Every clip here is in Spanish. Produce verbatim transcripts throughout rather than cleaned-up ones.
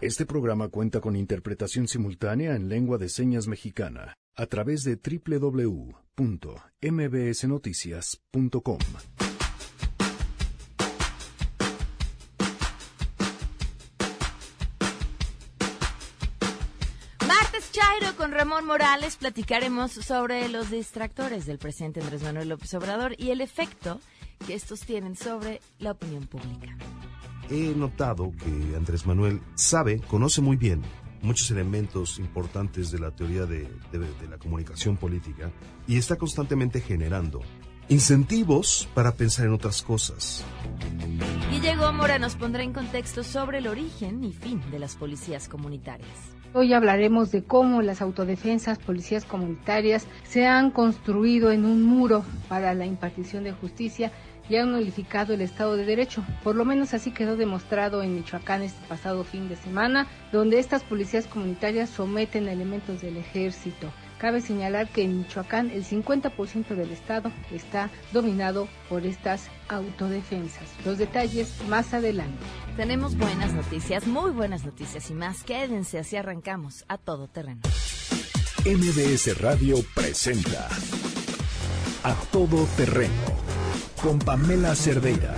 Este programa cuenta con interpretación simultánea en lengua de señas mexicana a través de doble u doble u doble u punto m b s noticias punto com. Martes Chairo con Ramón Morales. Platicaremos sobre los distractores del presidente Andrés Manuel López Obrador y el efecto que estos tienen sobre la opinión pública. He notado que Andrés Manuel sabe, conoce muy bien muchos elementos importantes de la teoría de, de, de la comunicación política y está constantemente generando incentivos para pensar en otras cosas. Guille Gómora nos pondrá en contexto sobre el origen y fin de las policías comunitarias. Hoy hablaremos de cómo las autodefensas, policías comunitarias, se han construido en un muro para la impartición de justicia y han nulificado el Estado de Derecho. Por lo menos así quedó demostrado en Michoacán este pasado fin de semana, donde estas policías comunitarias someten a elementos del ejército. Cabe señalar que en Michoacán el cincuenta por ciento del Estado está dominado por estas autodefensas. Los detalles más adelante. Tenemos buenas noticias, muy buenas noticias y más. Quédense, así arrancamos a todo terreno. M B S Radio presenta A Todo Terreno con Pamela Cerdeira.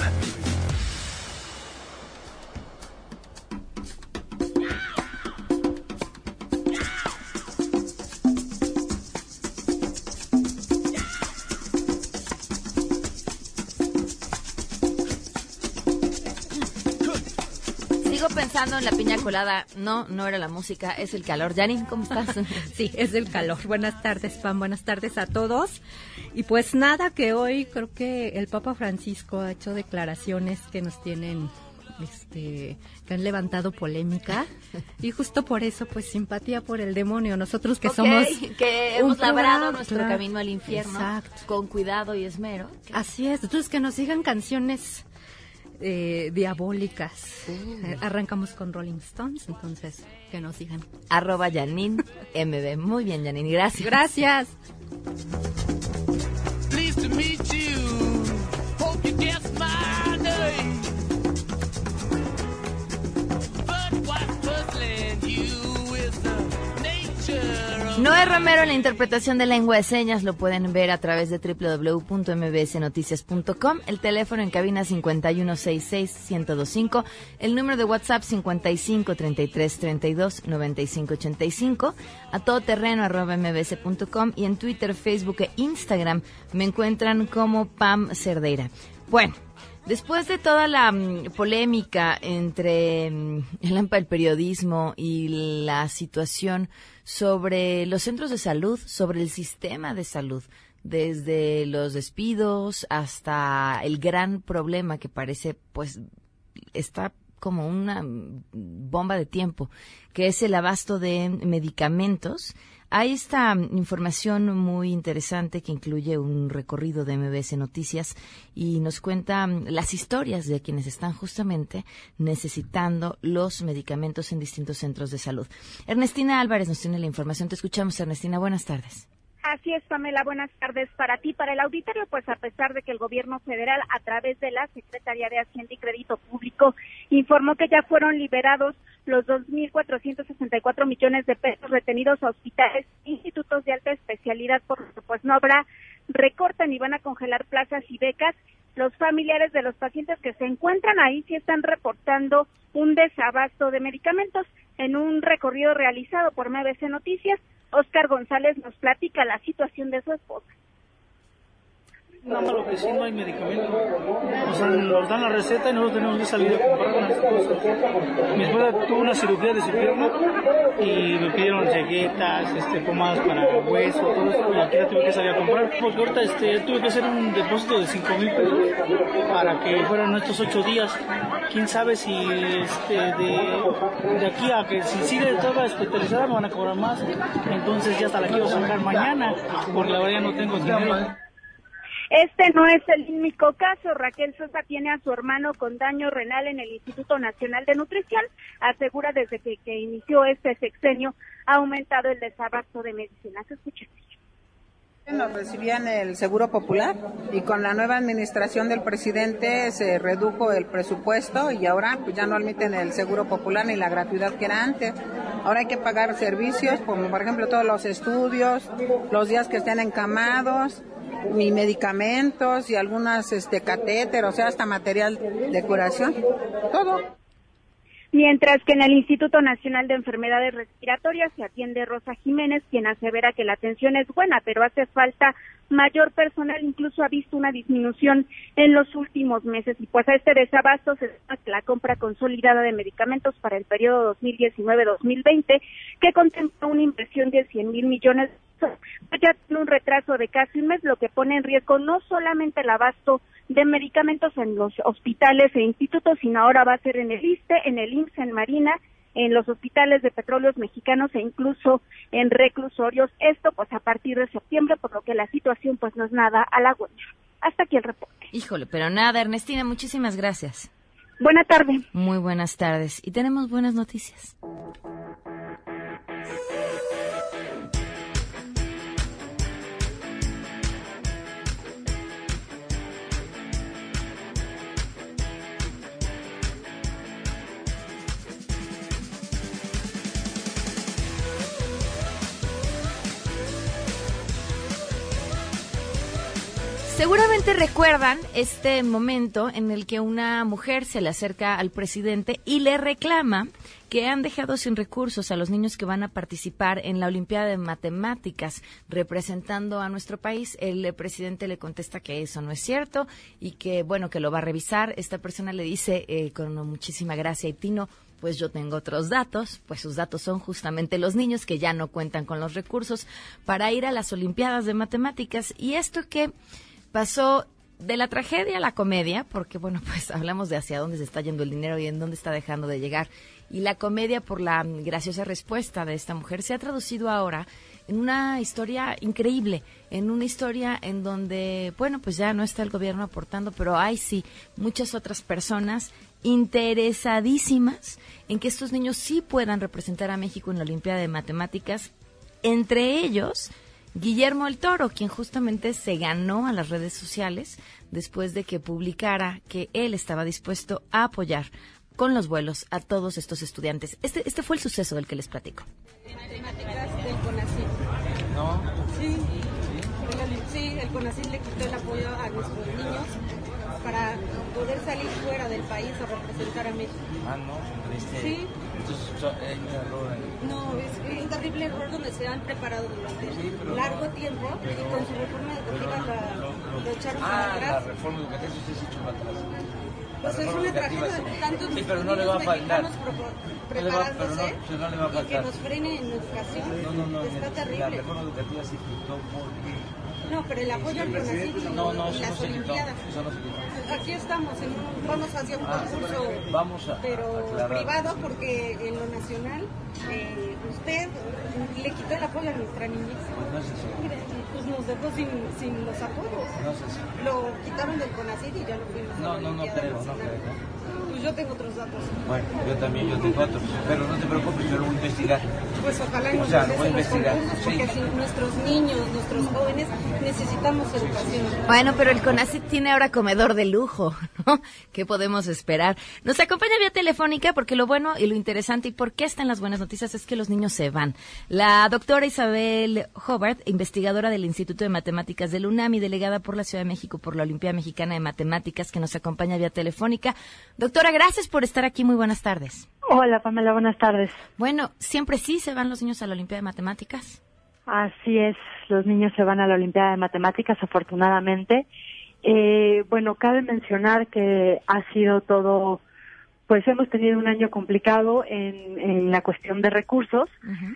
Sigo pensando en la piña colada. No, no era la música, es el calor. Janine, ¿cómo estás? Sí, es el calor. Buenas tardes, Pam. Buenas tardes a todos. Y pues nada, que hoy creo que el Papa Francisco ha hecho declaraciones que nos tienen, este, que han levantado polémica. Y justo por eso, pues simpatía por el demonio. Nosotros que okay, somos que hemos labrado programa, nuestro claro, camino al infierno. Exacto. Con cuidado y esmero. Así es. Entonces que nos sigan canciones Eh, diabólicas. Uh. Arrancamos con Rolling Stones, entonces que nos sigan. Arroba Janine M B. Muy bien, Janine, gracias. Gracias. Pleased to meet you. Hope you guessed my name. But what's puzzling you is the nature of... Noé Romero en la interpretación de lengua de señas. Lo pueden ver a través de doble u doble u doble u punto m b s noticias punto com. El teléfono en cabina cincuenta y uno sesenta y seis, ciento veinticinco. El número de WhatsApp cincuenta y cinco, treinta y tres, treinta y dos, noventa y cinco, ochenta y cinco. A todoterreno arroba m b s punto com. Y en Twitter, Facebook e Instagram me encuentran como Pam Cerdeira. Bueno, después de toda la um, polémica entre um, el AMPA, el periodismo y la situación sobre los centros de salud, sobre el sistema de salud, desde los despidos hasta el gran problema que parece, pues, está como una bomba de tiempo, que es el abasto de medicamentos. Hay esta información muy interesante que incluye un recorrido de M B S Noticias y nos cuenta las historias de quienes están justamente necesitando los medicamentos en distintos centros de salud. Ernestina Álvarez nos tiene la información. Te escuchamos, Ernestina. Buenas tardes. Así es, Pamela, buenas tardes para ti, para el auditorio. Pues a pesar de que el gobierno federal, a través de la Secretaría de Hacienda y Crédito Público, informó que ya fueron liberados los dos mil cuatrocientos sesenta y cuatro millones de pesos retenidos a hospitales e institutos de alta especialidad, porque pues no habrá recorte ni van a congelar plazas y becas, los familiares de los pacientes que se encuentran ahí sí están reportando un desabasto de medicamentos. En un recorrido realizado por M B S Noticias, Óscar González nos platica la situación de su esposa. Nada más lo que sí, no hay medicamento. O sea, nos dan la receta y nosotros tenemos que salir a comprar unas cosas. Mi esposa tuvo una cirugía de su pierna y me pidieron ceguetas, este, pomadas para hueso, todo eso, y aquí la tuve que salir a comprar. Porque ahorita este, tuve que hacer un depósito de cinco mil pesos para que fueran estos ocho días. Quién sabe si este, de, de aquí a que si sigue toda hospitalizada me van a cobrar más. Entonces ya hasta la quiero sacar mañana, porque la verdad ya no tengo dinero. Este no es el único caso. Raquel Sosa tiene a su hermano con daño renal en el Instituto Nacional de Nutrición. Asegura desde que, que inició este sexenio ha aumentado el desabasto de medicinas. Escuchen. Nos recibían el Seguro Popular y con la nueva administración del presidente se redujo el presupuesto y ahora pues ya no admiten el Seguro Popular ni la gratuidad que era antes. Ahora hay que pagar servicios como por ejemplo todos los estudios, los días que estén encamados, y medicamentos y algunas este catéteres, o sea, hasta material de curación, todo. Mientras que en el Instituto Nacional de Enfermedades Respiratorias se atiende Rosa Jiménez, quien asevera que la atención es buena, pero hace falta mayor personal, incluso ha visto una disminución en los últimos meses. Y pues a este desabasto se suma la compra consolidada de medicamentos para el periodo dos mil diecinueve dos mil veinte, que contempla una inversión de cien mil millones de pesos. Ya tiene un retraso de casi un mes, lo que pone en riesgo no solamente el abasto de medicamentos en los hospitales e institutos, sino ahora va a ser en el ISSSTE, en el I M S S, en Marina, en los hospitales de Petróleos Mexicanos e incluso en reclusorios. Esto pues a partir de septiembre, por lo que la situación pues no es nada halagüeña. Hasta aquí el reporte. Híjole, pero nada, Ernestina, muchísimas gracias. Buena tarde. Muy buenas tardes. Y tenemos buenas noticias. Seguramente recuerdan este momento en el que una mujer se le acerca al presidente y le reclama que han dejado sin recursos a los niños que van a participar en la Olimpiada de Matemáticas representando a nuestro país. El presidente le contesta que eso no es cierto y que, bueno, que lo va a revisar. Esta persona le dice eh, con muchísima gracia y tino, pues yo tengo otros datos, pues sus datos son justamente los niños que ya no cuentan con los recursos para ir a las Olimpiadas de Matemáticas. Y esto que pasó de la tragedia a la comedia, porque bueno, pues hablamos de hacia dónde se está yendo el dinero y en dónde está dejando de llegar. Y la comedia, por la graciosa respuesta de esta mujer, se ha traducido ahora en una historia increíble, en una historia en donde, bueno, pues ya no está el gobierno aportando, pero hay sí muchas otras personas interesadísimas en que estos niños sí puedan representar a México en la Olimpiada de Matemáticas, entre ellos Guillermo el Toro, quien justamente se ganó a las redes sociales después de que publicara que él estaba dispuesto a apoyar con los vuelos a todos estos estudiantes. Este este fue el suceso del que les platico. Matemáticas del CONACYT. ¿No? Sí. Sí, el CONACYT le quitó el apoyo a nuestros niños para poder salir fuera del país a representar a México. Ah, no, este, sí. Entonces hay un error ahí. No, es un terrible error donde se han preparado durante sí, largo tiempo pero, y con su reforma educativa lo, la, lo, lo, lo echaron ah, para atrás. Ah, la reforma educativa sí se echó para atrás. Pues es una tragedia de tantos sí, pero no le va a faltar. preparándose no le va, pero no, no le va a faltar. Y que nos frene en educación. No, no, no, está no, terrible. La reforma educativa se quitó porque... No, pero el apoyo al CONACYT y no, no, las no Olimpiadas. Eso no se quitó. Aquí estamos, en un, vamos hacia un ah, concurso, vamos a, pero a privado, porque en lo nacional eh, usted le quitó el apoyo a nuestra niñez. Pues no es eso. Mire, pues nos dejó sin, sin los apoyos. No es eso. Lo quitaron del CONACYT y ya no fuimos. No, no, no creo, no creo. Pues yo tengo otros datos. Bueno, yo también, yo tengo otros. Pero no te preocupes, yo lo voy a investigar. Pues ojalá y o nos sea, lo voy a los investigar. Porque sí. si nuestros niños, nuestros jóvenes, necesitamos educación. Bueno, pero el CONACYT tiene ahora comedor de lujo, ¿no? ¿Qué podemos esperar? Nos acompaña vía telefónica porque lo bueno y lo interesante y por qué están las buenas noticias es que los niños se van. La doctora Isabel Hobart, investigadora del Instituto de Matemáticas del UNAM y delegada por la Ciudad de México por la Olimpiada Mexicana de Matemáticas, que nos acompaña vía telefónica. Doctora, gracias por estar aquí. Muy buenas tardes. Hola, Pamela, buenas tardes. Bueno, ¿siempre sí se van los niños a la Olimpiada de Matemáticas? Así es, los niños se van a la Olimpiada de Matemáticas, afortunadamente. Eh, bueno, cabe mencionar que ha sido todo, pues hemos tenido un año complicado en, en la cuestión de recursos, uh-huh.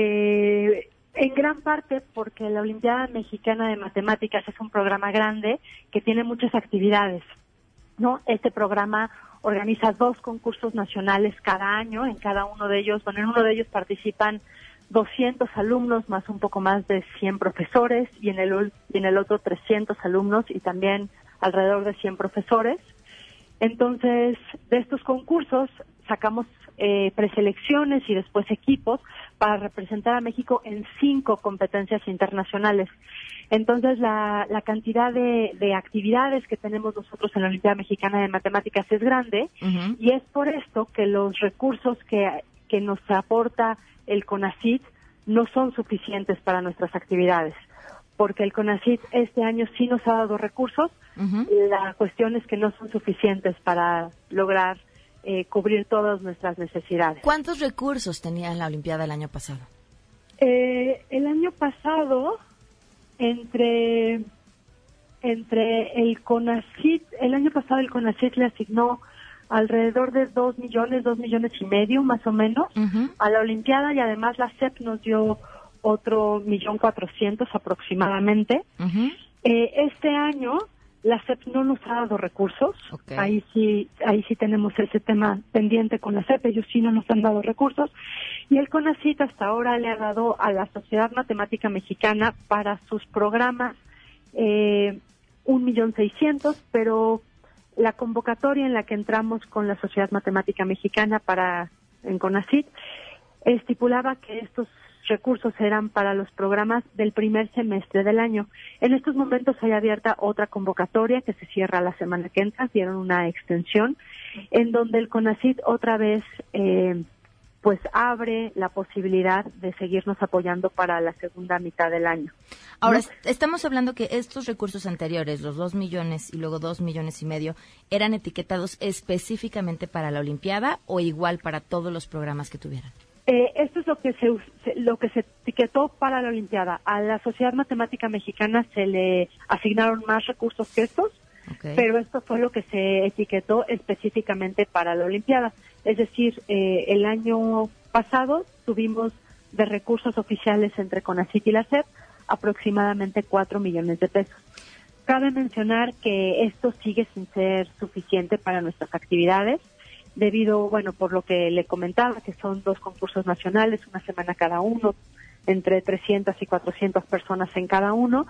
eh, en gran parte porque la Olimpiada Mexicana de Matemáticas es un programa grande que tiene muchas actividades, ¿no? Este programa organiza dos concursos nacionales cada año, en cada uno de ellos, bueno, en uno de ellos participan doscientos alumnos más un poco más de cien profesores y en el y en el otro trescientos alumnos y también alrededor de cien profesores. Entonces, de estos concursos sacamos eh, preselecciones y después equipos para representar a México en cinco competencias internacionales. Entonces, la, la cantidad de, de actividades que tenemos nosotros en la Olimpiada Mexicana de Matemáticas es grande, uh-huh. y es por esto que los recursos que, que nos aporta el CONACYT no son suficientes para nuestras actividades, porque el CONACYT este año sí nos ha dado recursos, uh-huh. la cuestión es que no son suficientes para lograr eh, cubrir todas nuestras necesidades. ¿Cuántos recursos tenía la Olimpiada el año pasado? Eh, el año pasado... Entre entre el CONACYT, el año pasado el CONACYT le asignó alrededor de dos millones, dos millones y medio más o menos uh-huh. a la Olimpiada, y además la S E P nos dio otro millón cuatrocientos aproximadamente. Uh-huh. Eh, este año la S E P no nos ha dado recursos, okay. ahí sí ahí sí tenemos ese tema pendiente con la S E P, ellos sí no nos han dado recursos, y el CONACYT hasta ahora le ha dado a la Sociedad Matemática Mexicana para sus programas eh, un millón seiscientos, pero la convocatoria en la que entramos con la Sociedad Matemática Mexicana para en CONACYT estipulaba que estos recursos eran para los programas del primer semestre del año. En estos momentos hay abierta otra convocatoria que se cierra la semana que entra, dieron una extensión, en donde el CONACYT otra vez eh, pues abre la posibilidad de seguirnos apoyando para la segunda mitad del año. Ahora, ¿no? Estamos hablando que estos recursos anteriores, los dos millones y luego dos millones y medio, ¿eran etiquetados específicamente para la Olimpiada o igual para todos los programas que tuvieran? Eh, esto es lo que se lo que se etiquetó para la Olimpiada. A la Sociedad Matemática Mexicana se le asignaron más recursos que estos, okay. pero esto fue lo que se etiquetó específicamente para la Olimpiada. Es decir, eh, el año pasado tuvimos de recursos oficiales entre CONACYT y la S E P aproximadamente cuatro millones de pesos. Cabe mencionar que esto sigue sin ser suficiente para nuestras actividades, debido, bueno, por lo que le comentaba, que son dos concursos nacionales, una semana cada uno, entre trescientas y cuatrocientas personas en cada uno.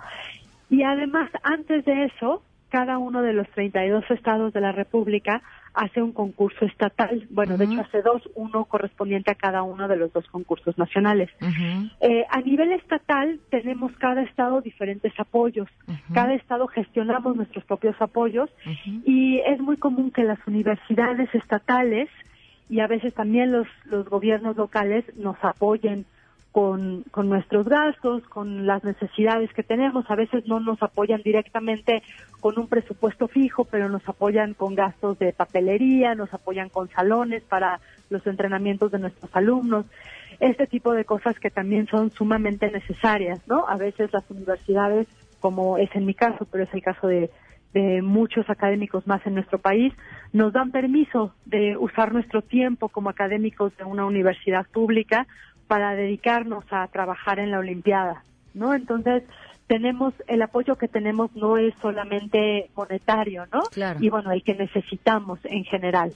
Y además, antes de eso, cada uno de los treinta y dos estados de la República hace un concurso estatal. Bueno, uh-huh. de hecho hace dos, uno correspondiente a cada uno de los dos concursos nacionales. Uh-huh. Eh, a nivel estatal tenemos cada estado diferentes apoyos. Uh-huh. Cada estado gestionamos nuestros propios apoyos uh-huh. y es muy común que las universidades estatales y a veces también los, los gobiernos locales nos apoyen con, con nuestros gastos, con las necesidades que tenemos. A veces no nos apoyan directamente con un presupuesto fijo, pero nos apoyan con gastos de papelería, nos apoyan con salones para los entrenamientos de nuestros alumnos. Este tipo de cosas que también son sumamente necesarias, ¿no? A veces las universidades, como es en mi caso, pero es el caso de, de muchos académicos más en nuestro país, nos dan permiso de usar nuestro tiempo como académicos de una universidad pública para dedicarnos a trabajar en la Olimpiada, ¿no? Entonces, tenemos, el apoyo que tenemos no es solamente monetario, ¿no? Claro. Y bueno, el que necesitamos en general.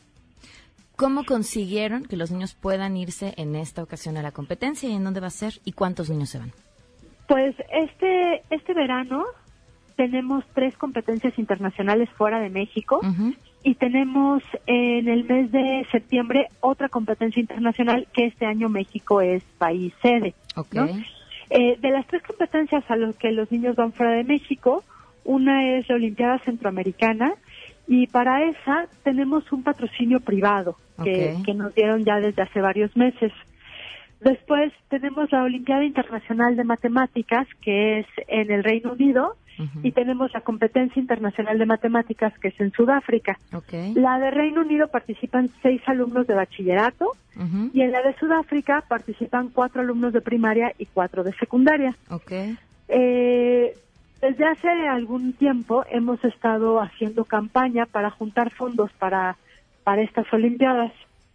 ¿Cómo consiguieron que los niños puedan irse en esta ocasión a la competencia y en dónde va a ser y cuántos niños se van? Pues este, este verano tenemos tres competencias internacionales fuera de México. Uh-huh. Y tenemos en el mes de septiembre otra competencia internacional que este año México es país sede. Okay. ¿no? Eh, de las tres competencias a las que los niños van fuera de México, una es la Olimpiada Centroamericana y para esa tenemos un patrocinio privado que, okay. que nos dieron ya desde hace varios meses. Después tenemos la Olimpiada Internacional de Matemáticas, que es en el Reino Unido, uh-huh. y tenemos la Competencia Internacional de Matemáticas, que es en Sudáfrica. Okay. La de Reino Unido participan seis alumnos de bachillerato, uh-huh. y en la de Sudáfrica participan cuatro alumnos de primaria y cuatro de secundaria. Okay. Eh, desde hace algún tiempo hemos estado haciendo campaña para juntar fondos para, para estas Olimpiadas.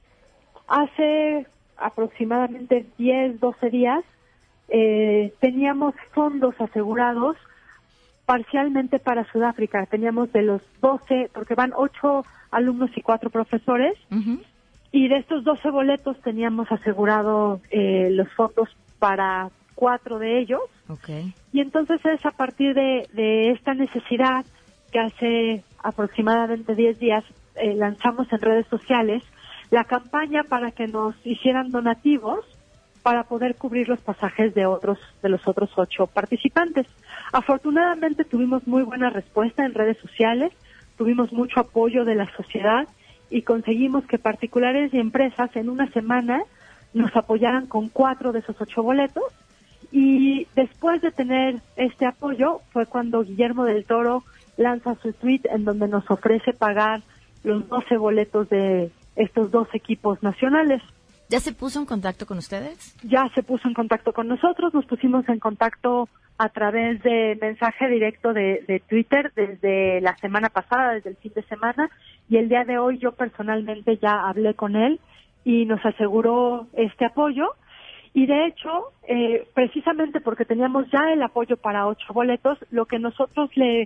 Hace aproximadamente diez, doce días, eh, teníamos fondos asegurados parcialmente para Sudáfrica. Teníamos de los doce, porque van ocho alumnos y cuatro profesores, uh-huh. y de estos doce boletos teníamos asegurado eh, los fondos para cuatro de ellos. Okay. Y entonces es a partir de, de esta necesidad que hace aproximadamente diez días eh, lanzamos en redes sociales la campaña para que nos hicieran donativos para poder cubrir los pasajes de otros de los otros ocho participantes. Afortunadamente tuvimos muy buena respuesta en redes sociales, tuvimos mucho apoyo de la sociedad y conseguimos que particulares y empresas en una semana nos apoyaran con cuatro de esos ocho boletos. Y después de tener este apoyo fue cuando Guillermo del Toro lanza su tweet en donde nos ofrece pagar los doce boletos de estos dos equipos nacionales. ¿Ya se puso en contacto con ustedes? Ya se puso en contacto con nosotros, nos pusimos en contacto a través de mensaje directo de, de Twitter desde la semana pasada, desde el fin de semana, y el día de hoy yo personalmente ya hablé con él y nos aseguró este apoyo. Y de hecho, eh, precisamente porque teníamos ya el apoyo para ocho boletos, lo que nosotros le,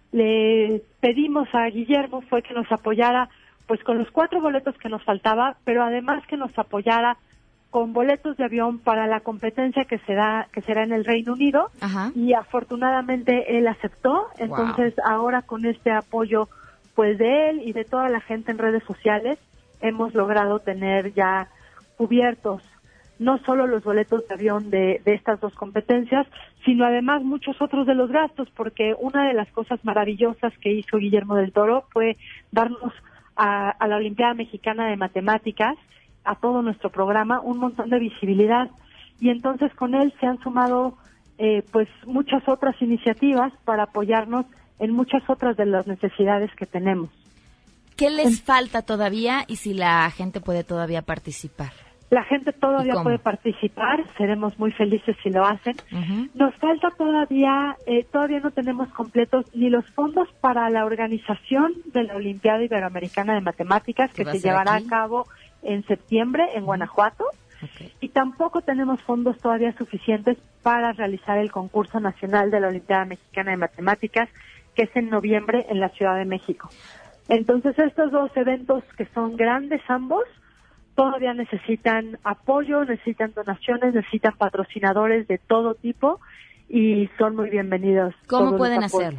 le pedimos a Guillermo fue que nos apoyara pues con los cuatro boletos que nos faltaba, pero además que nos apoyara con boletos de avión para la competencia que será que será en el Reino Unido. Ajá. Y afortunadamente él aceptó. Entonces wow. Ahora con este apoyo pues de él y de toda la gente en redes sociales hemos logrado tener ya cubiertos no solo los boletos de avión de, de estas dos competencias, sino además muchos otros de los gastos, porque una de las cosas maravillosas que hizo Guillermo del Toro fue darnos a, a la Olimpiada Mexicana de Matemáticas, a todo nuestro programa, un montón de visibilidad. Y entonces con él se han sumado eh, pues muchas otras iniciativas para apoyarnos en muchas otras de las necesidades que tenemos. ¿Qué les falta todavía y si la gente puede todavía participar? La gente todavía puede participar, seremos muy felices si lo hacen. Uh-huh. Nos falta todavía, eh, todavía no tenemos completos ni los fondos para la organización de la Olimpiada Iberoamericana de Matemáticas que se llevará aquí a cabo en septiembre en uh-huh. Guanajuato. Okay. Y tampoco tenemos fondos todavía suficientes para realizar el concurso nacional de la Olimpiada Mexicana de Matemáticas, que es en noviembre en la Ciudad de México. Entonces estos dos eventos que son grandes ambos, todavía necesitan apoyo, necesitan donaciones, necesitan patrocinadores de todo tipo y son muy bienvenidos. ¿Cómo pueden hacerlo?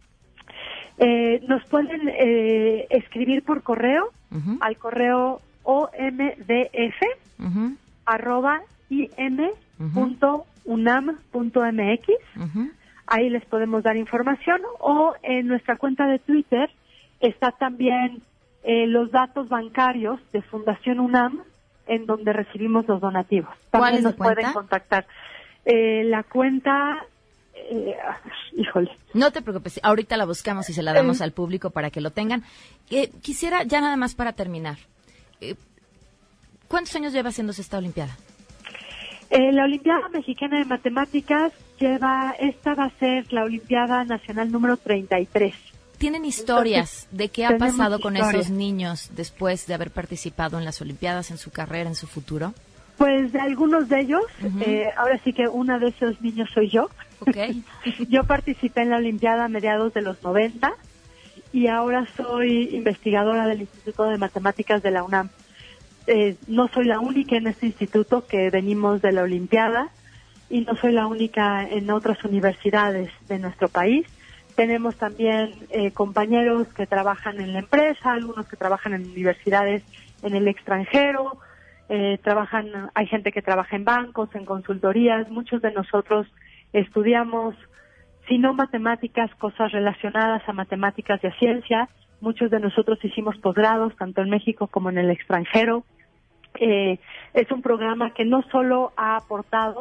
Eh, nos pueden eh, escribir por correo uh-huh. al correo omdf uh-huh. arroba im punto unam punto mx. Uh-huh. Ahí les podemos dar información, o en nuestra cuenta de Twitter está también Eh, los datos bancarios de Fundación UNAM, en donde recibimos los donativos. También nos pueden contactar. Eh, la cuenta, eh, híjole. No te preocupes, ahorita la buscamos y se la damos eh, al público para que lo tengan. Eh, quisiera, ya nada más para terminar, eh, ¿cuántos años lleva haciéndose esta Olimpiada? Eh, la Olimpiada Mexicana de Matemáticas lleva, esta va a ser la Olimpiada Nacional número treinta y tres. ¿Tienen historias de qué ha pasado con esos niños después de haber participado en las Olimpiadas, en su carrera, en su futuro? Pues de algunos de ellos, uh-huh. eh, ahora sí que una de esos niños soy yo. Okay. Yo participé en la Olimpiada a mediados de los noventa y ahora soy investigadora del Instituto de Matemáticas de la UNAM. Eh, no soy la única en este instituto que venimos de la Olimpiada y no soy la única en otras universidades de nuestro país. Tenemos también eh, compañeros que trabajan en la empresa, algunos que trabajan en universidades en el extranjero, eh, trabajan, hay gente que trabaja en bancos, en consultorías. Muchos de nosotros estudiamos, si no matemáticas, cosas relacionadas a matemáticas y a ciencia. Muchos de nosotros hicimos posgrados, tanto en México como en el extranjero. Eh, es un programa que no solo ha aportado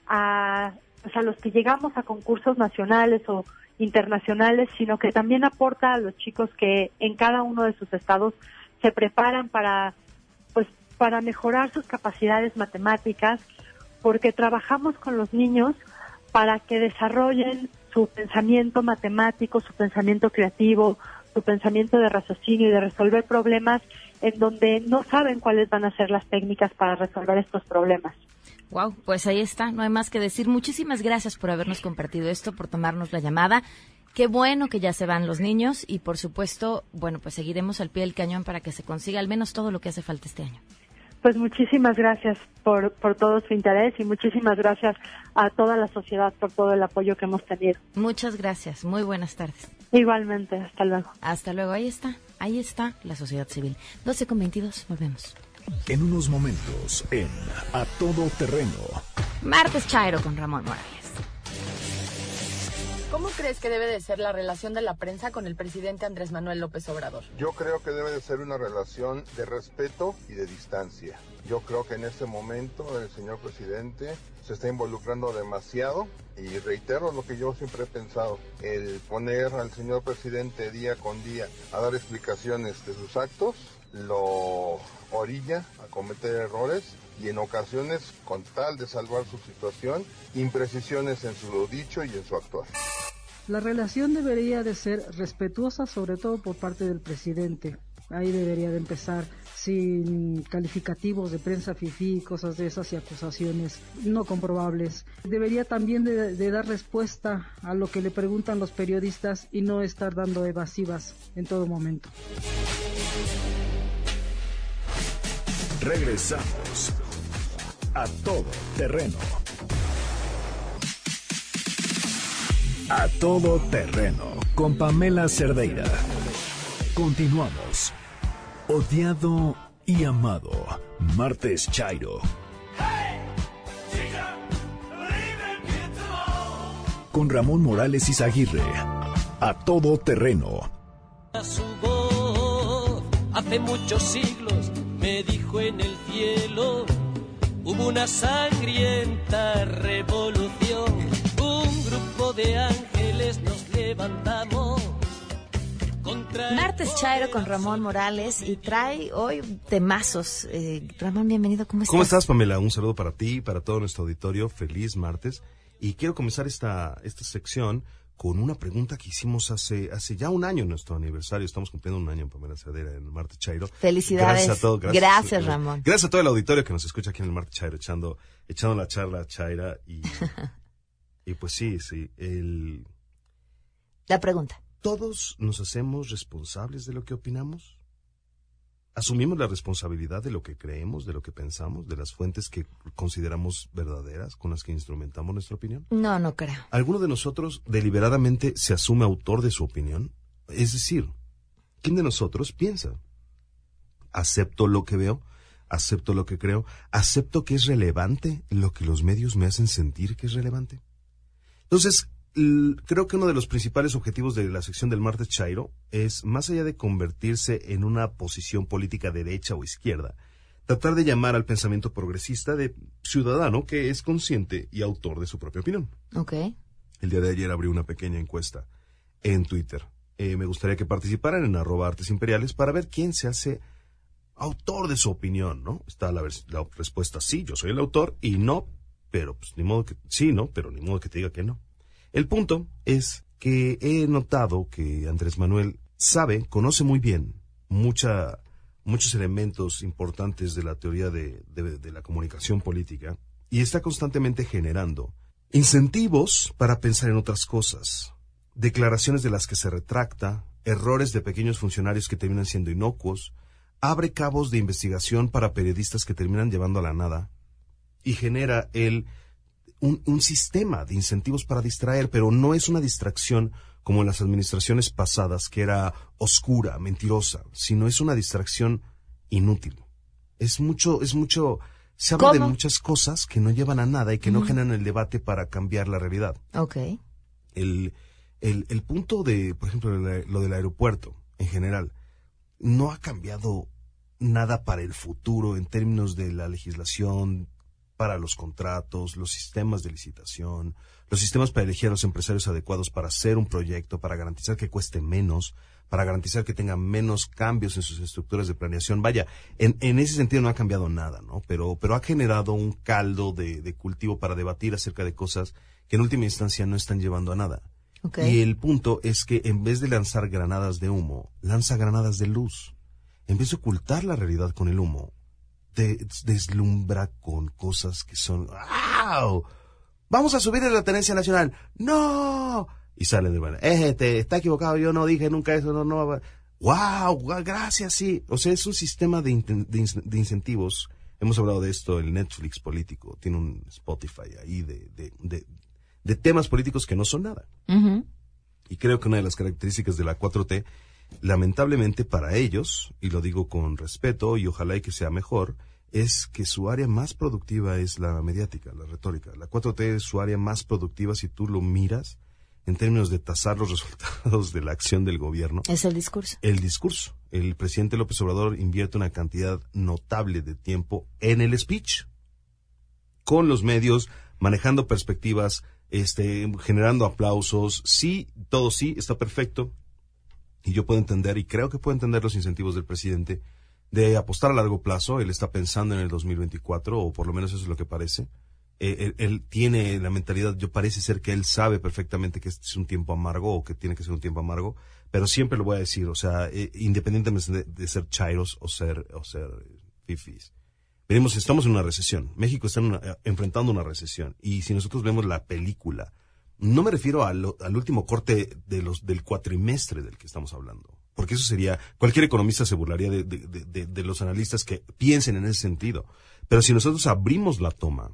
a, pues a los que llegamos a concursos nacionales o internacionales, sino que también aporta a los chicos que en cada uno de sus estados se preparan para, pues, para mejorar sus capacidades matemáticas, porque trabajamos con los niños para que desarrollen su pensamiento matemático, su pensamiento creativo, su pensamiento de raciocinio y de resolver problemas en donde no saben cuáles van a ser las técnicas para resolver estos problemas. Wow, pues ahí está, no hay más que decir. Muchísimas gracias por habernos compartido esto, por tomarnos la llamada. Qué bueno que ya se van los niños y, por supuesto, bueno, pues seguiremos al pie del cañón para que se consiga al menos todo lo que hace falta este año. Pues muchísimas gracias por, por todo su interés y muchísimas gracias a toda la sociedad por todo el apoyo que hemos tenido. Muchas gracias, muy buenas tardes. Igualmente, hasta luego. Hasta luego, ahí está. Ahí está la sociedad civil. doce con veintidós, volvemos. En unos momentos, en A Todo Terreno. Martes Chairo con Ramón Morales. ¿Cómo crees que debe de ser la relación de la prensa con el presidente Andrés Manuel López Obrador? Yo creo que debe de ser una relación de respeto y de distancia. Yo creo que en este momento el señor presidente se está involucrando demasiado y reitero lo que yo siempre he pensado, el poner al señor presidente día con día a dar explicaciones de sus actos lo orilla a cometer errores y en ocasiones, con tal de salvar su situación, imprecisiones en su dicho y en su actuar. La relación debería de ser respetuosa, sobre todo por parte del presidente. Ahí debería de empezar, sin calificativos de prensa fifí, cosas de esas y acusaciones no comprobables. Debería también de, de dar respuesta a lo que le preguntan los periodistas y no estar dando evasivas en todo momento. Regresamos a Todo Terreno. A Todo Terreno con Pamela Cerdeira. Continuamos. Odiado y amado. Martes Chairo. Con Ramón Morales Izaguirre. A Todo Terreno. Su voz, hace muchos siglos me dijo en el cielo, hubo una sangrienta revolución, un grupo de ángeles nos levantamos. Martes Chairo con Ramón Morales y trae hoy temazos. Eh, Ramón, bienvenido, ¿cómo estás? ¿Cómo estás, Pamela? Un saludo para ti, para todo nuestro auditorio. Feliz martes. Y quiero comenzar esta, esta sección con una pregunta que hicimos hace hace ya un año en nuestro aniversario. Estamos cumpliendo un año en Pamela Cerdeira en el Martes Chairo. Felicidades. Gracias a todos. Gracias, gracias, Ramón. Gracias a todo el auditorio que nos escucha aquí en el Martes Chairo, echando, echando la charla Chaira. Y, y pues sí, sí. El... La pregunta. ¿Todos nos hacemos responsables de lo que opinamos? ¿Asumimos la responsabilidad de lo que creemos, de lo que pensamos, de las fuentes que consideramos verdaderas con las que instrumentamos nuestra opinión? No, no creo. ¿Alguno de nosotros deliberadamente se asume autor de su opinión? Es decir, ¿quién de nosotros piensa? ¿Acepto lo que veo? ¿Acepto lo que creo? ¿Acepto que es relevante lo que los medios me hacen sentir que es relevante? Entonces, creo que uno de los principales objetivos de la sección del Martes Chairo es, más allá de convertirse en una posición política derecha o izquierda, tratar de llamar al pensamiento progresista de ciudadano que es consciente y autor de su propia opinión. Ok. El día de ayer abrí una pequeña encuesta en Twitter. Eh, me gustaría que participaran en arroba artes imperiales para ver quién se hace autor de su opinión, ¿no? Está la, la respuesta sí, yo soy el autor, y no, pero pues ni modo que sí, no, pero ni modo que te diga que no. El punto es que he notado que Andrés Manuel sabe, conoce muy bien mucha, muchos elementos importantes de la teoría de, de, de la comunicación política y está constantemente generando incentivos para pensar en otras cosas, declaraciones de las que se retracta, errores de pequeños funcionarios que terminan siendo inocuos, abre cabos de investigación para periodistas que terminan llevando a la nada y genera el... Un, un sistema de incentivos para distraer, pero no es una distracción como en las administraciones pasadas, que era oscura, mentirosa, sino es una distracción inútil. Es mucho, es mucho, se habla ¿Cómo? de muchas cosas que no llevan a nada y que uh-huh. no generan el debate para cambiar la realidad. Okay. El, el, el punto de, por ejemplo, lo del aeropuerto, en general, no ha cambiado nada para el futuro en términos de la legislación, para los contratos, los sistemas de licitación, los sistemas para elegir a los empresarios adecuados para hacer un proyecto, para garantizar que cueste menos, para garantizar que tenga menos cambios en sus estructuras de planeación. Vaya, en, en ese sentido no ha cambiado nada, ¿no? Pero, pero ha generado un caldo de, de cultivo para debatir acerca de cosas que en última instancia no están llevando a nada. Okay. Y el punto es que en vez de lanzar granadas de humo, lanza granadas de luz. En vez de ocultar la realidad con el humo, te deslumbra con cosas que son ¡wow! Vamos a subir la tenencia nacional. ¡No! Y salen de manera, este, está equivocado, yo no dije nunca eso, no, no. ¡Wow! Gracias, sí. O sea, es un sistema de, in- de, in- de incentivos. Hemos hablado de esto, el Netflix político. Tiene un Spotify ahí de, de, de, de temas políticos que no son nada. Uh-huh. Y creo que una de las características de la cuatro T lamentablemente para ellos, y lo digo con respeto y ojalá y que sea mejor, es que su área más productiva es la mediática, la retórica. La cuatro T es su área más productiva si tú lo miras en términos de tasar los resultados de la acción del gobierno. Es el discurso. El discurso. El presidente López Obrador invierte una cantidad notable de tiempo en el speech, con los medios, manejando perspectivas, este, generando aplausos. Sí, todo sí, está perfecto. Y yo puedo entender, y creo que puedo entender los incentivos del presidente de apostar a largo plazo. Él está pensando en el dos mil veinticuatro, o por lo menos eso es lo que parece. Eh, él, él tiene la mentalidad, yo parece ser que él sabe perfectamente que este es un tiempo amargo, o que tiene que ser un tiempo amargo, pero siempre lo voy a decir, o sea, eh, independientemente de, de ser chairos o ser, o ser fifis. Venimos, estamos en una recesión. México está en una, enfrentando una recesión. Y si nosotros vemos la película, no me refiero al, al último corte de los, del cuatrimestre del que estamos hablando. Porque eso sería, cualquier economista se burlaría de, de, de, de los analistas que piensen en ese sentido. Pero si nosotros abrimos la toma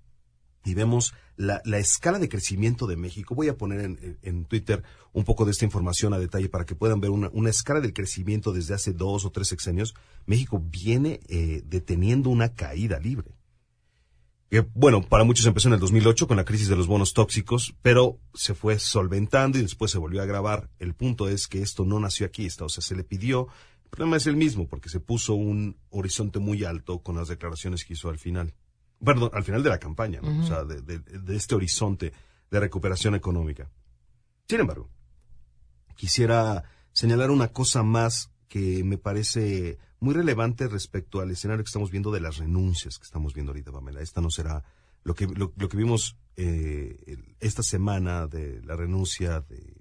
y vemos la, la escala de crecimiento de México, voy a poner en, en, en Twitter un poco de esta información a detalle para que puedan ver una, una escala del crecimiento desde hace dos o tres sexenios. México viene eh, deteniendo una caída libre. Que, bueno, para muchos empezó en el dos mil ocho con la crisis de los bonos tóxicos, pero se fue solventando y después se volvió a agravar. El punto es que esto no nació aquí, esto, o sea, se le pidió. El problema es el mismo, porque se puso un horizonte muy alto con las declaraciones que hizo al final. Perdón, al final de la campaña, ¿no? Uh-huh. O sea, de, de, de este horizonte de recuperación económica. Sin embargo, quisiera señalar una cosa más que me parece muy relevante respecto al escenario que estamos viendo de las renuncias que estamos viendo ahorita, Pamela. Esta no será lo que lo, lo que vimos eh, esta semana de la renuncia de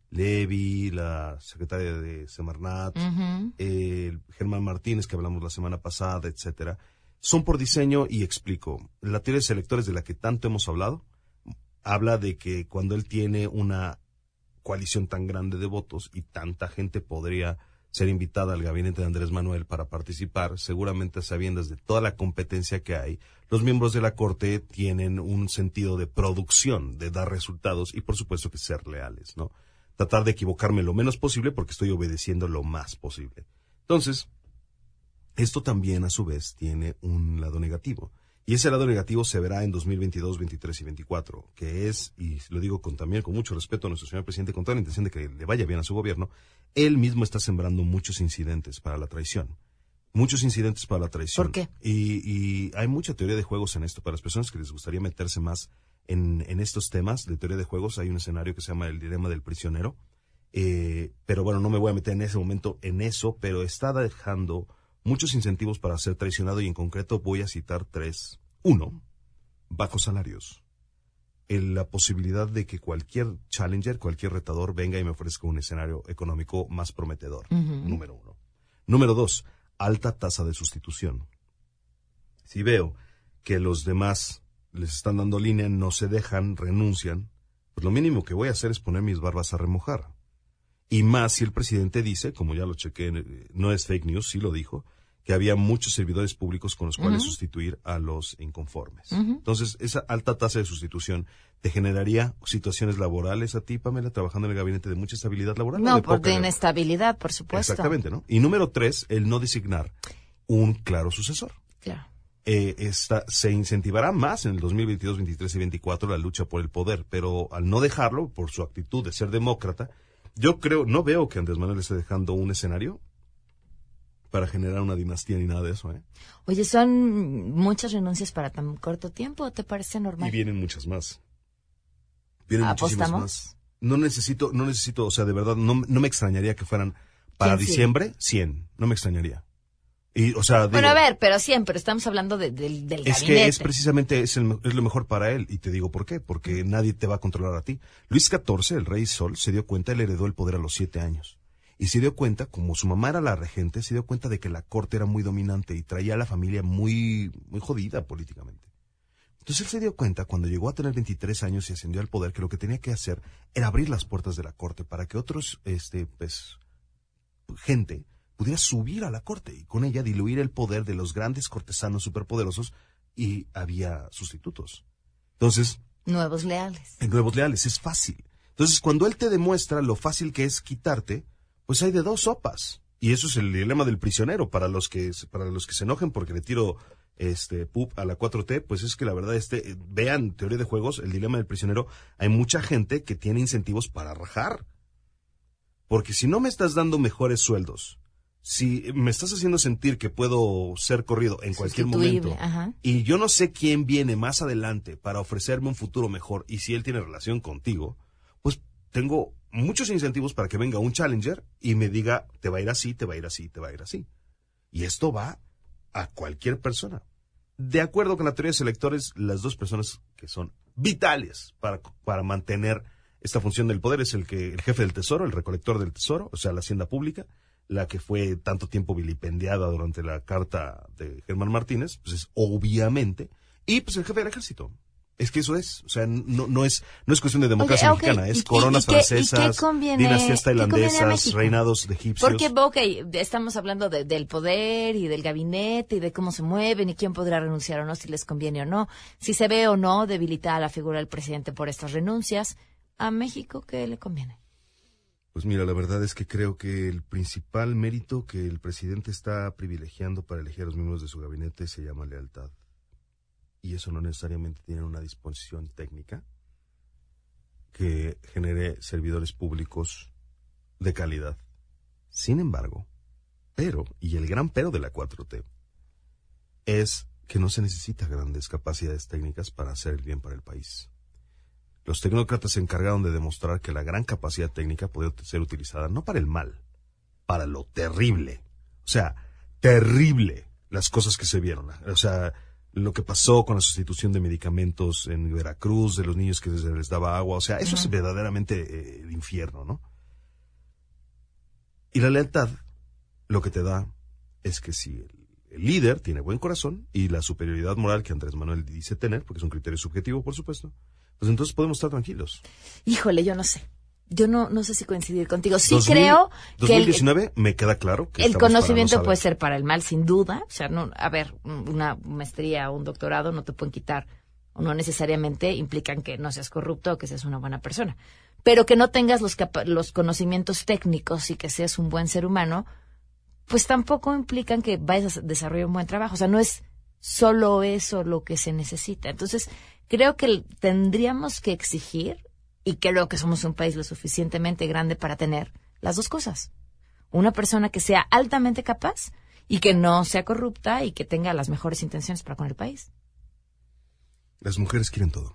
Levy, la secretaria de Semarnat, uh-huh. eh, Germán Martínez, que hablamos la semana pasada, etcétera. Son por diseño y explico. La teoría de selectores de la que tanto hemos hablado habla de que cuando él tiene una coalición tan grande de votos y tanta gente podría ser invitada al gabinete de Andrés Manuel para participar, seguramente a sabiendas de toda la competencia que hay, los miembros de la Corte tienen un sentido de producción, de dar resultados y por supuesto que ser leales, ¿no? Tratar de equivocarme lo menos posible porque estoy obedeciendo lo más posible. Entonces, esto también a su vez tiene un lado negativo. Y ese lado negativo se verá en dos mil veintidós, veintitrés y veinticuatro, que es, y lo digo con, también con mucho respeto a nuestro señor presidente, con toda la intención de que le vaya bien a su gobierno, él mismo está sembrando muchos incidentes para la traición. Muchos incidentes para la traición. ¿Por qué? Y, y hay mucha teoría de juegos en esto. Para las personas que les gustaría meterse más en, en estos temas de teoría de juegos, hay un escenario que se llama el dilema del prisionero. Eh, pero bueno, no me voy a meter en ese momento en eso, pero está dejando muchos incentivos para ser traicionado y en concreto voy a citar tres. Uno, bajos salarios. En la posibilidad de que cualquier challenger, cualquier retador venga y me ofrezca un escenario económico más prometedor. Uh-huh. Número uno. Número dos, alta tasa de sustitución. Si veo que los demás les están dando línea, no se dejan, renuncian, pues lo mínimo que voy a hacer es poner mis barbas a remojar. Y más si el presidente dice, como ya lo chequé, no es fake news, sí lo dijo, que había muchos servidores públicos con los cuales uh-huh. sustituir a los inconformes. Uh-huh. Entonces, esa alta tasa de sustitución te generaría situaciones laborales a ti, Pamela, trabajando en el gabinete de mucha estabilidad laboral. No, de por de inestabilidad, por supuesto. Exactamente, ¿no? Y número tres, el no designar un claro sucesor. Claro. Eh, esta, se incentivará más en el dos mil veintidós, veintitrés y veinticuatro la lucha por el poder, pero al no dejarlo, por su actitud de ser demócrata, yo creo, no veo que Andrés Manuel esté dejando un escenario para generar una dinastía ni nada de eso, ¿eh? Oye, ¿son muchas renuncias para tan corto tiempo o te parece normal? Y vienen muchas más. Vienen ¿Apostamos? muchísimas más. No necesito, no necesito, o sea, de verdad, no, no me extrañaría que fueran para diciembre, cien. No me extrañaría. Y, o sea, digo, bueno, a ver, pero siempre estamos hablando de, de, del gabinete. Es que es precisamente es, el, es lo mejor para él, y te digo por qué, porque nadie te va a controlar a ti. Luis catorce, el rey Sol, se dio cuenta, él heredó el poder a los siete años, y se dio cuenta, como su mamá era la regente, se dio cuenta de que la corte era muy dominante y traía a la familia muy, muy jodida políticamente. Entonces él se dio cuenta, cuando llegó a tener veintitrés años y ascendió al poder, que lo que tenía que hacer era abrir las puertas de la corte para que otros, este, pues, gente pudiera subir a la corte y con ella diluir el poder de los grandes cortesanos superpoderosos, y había sustitutos. Entonces, nuevos leales. Nuevos leales, es fácil. Entonces, cuando él te demuestra lo fácil que es quitarte, pues hay de dos sopas. Y eso es el dilema del prisionero. Para los que para los que se enojen porque le tiro este pup a la cuatro T, pues es que la verdad, este vean Teoría de Juegos, el dilema del prisionero. Hay mucha gente que tiene incentivos para rajar. Porque si no me estás dando mejores sueldos, si me estás haciendo sentir que puedo ser corrido en cualquier momento, ajá. y yo no sé quién viene más adelante para ofrecerme un futuro mejor, y si él tiene relación contigo, pues tengo muchos incentivos para que venga un challenger y me diga, te va a ir así, te va a ir así, te va a ir así. Y esto va a cualquier persona. De acuerdo con la teoría de los electores, las dos personas que son vitales para, para mantener esta función del poder es el que el jefe del tesoro, el recolector del tesoro, o sea, la hacienda pública, la que fue tanto tiempo vilipendiada durante la carta de Germán Martínez, pues es obviamente, y pues el jefe del ejército. Es que eso es, o sea, no, no es no es cuestión de democracia okay, mexicana, okay. es ¿Y, coronas y, y francesas, qué conviene, dinastías tailandesas, qué reinados de egipcios. Porque, ok, estamos hablando de, del poder y del gabinete y de cómo se mueven y quién podrá renunciar o no, si les conviene o no, si se ve o no debilitada la figura del presidente por estas renuncias. ¿A México qué le conviene? Pues mira, la verdad es que creo que el principal mérito que el presidente está privilegiando para elegir a los miembros de su gabinete se llama lealtad. Y eso no necesariamente tiene una disposición técnica que genere servidores públicos de calidad. Sin embargo, pero, y el gran pero de la cuatro T, es que no se necesita grandes capacidades técnicas para hacer el bien para el país. Los tecnócratas se encargaron de demostrar que la gran capacidad técnica podía ser utilizada no para el mal, para lo terrible. O sea, terrible las cosas que se vieron. O sea, lo que pasó con la sustitución de medicamentos en Veracruz, de los niños que se les daba agua. O sea, eso uh-huh. es verdaderamente eh, el infierno, ¿no? Y la lealtad, lo que te da es que si el, el líder tiene buen corazón y la superioridad moral que Andrés Manuel dice tener, porque es un criterio subjetivo, por supuesto, pues entonces podemos estar tranquilos. Híjole, yo no sé. Yo no no sé si coincidir contigo. Sí dos mil, creo que dos mil diecinueve el, me queda claro que el conocimiento no puede ser para el mal, sin duda. O sea, no, a ver, una maestría o un doctorado no te pueden quitar, o no necesariamente implican que no seas corrupto o que seas una buena persona. Pero que no tengas los, capa- los conocimientos técnicos y que seas un buen ser humano, pues tampoco implican que vayas a desarrollar un buen trabajo. O sea, no es solo eso lo que se necesita. Entonces, creo que tendríamos que exigir, y creo que somos un país lo suficientemente grande para tener las dos cosas. Una persona que sea altamente capaz y que no sea corrupta y que tenga las mejores intenciones para con el país. Las mujeres quieren todo.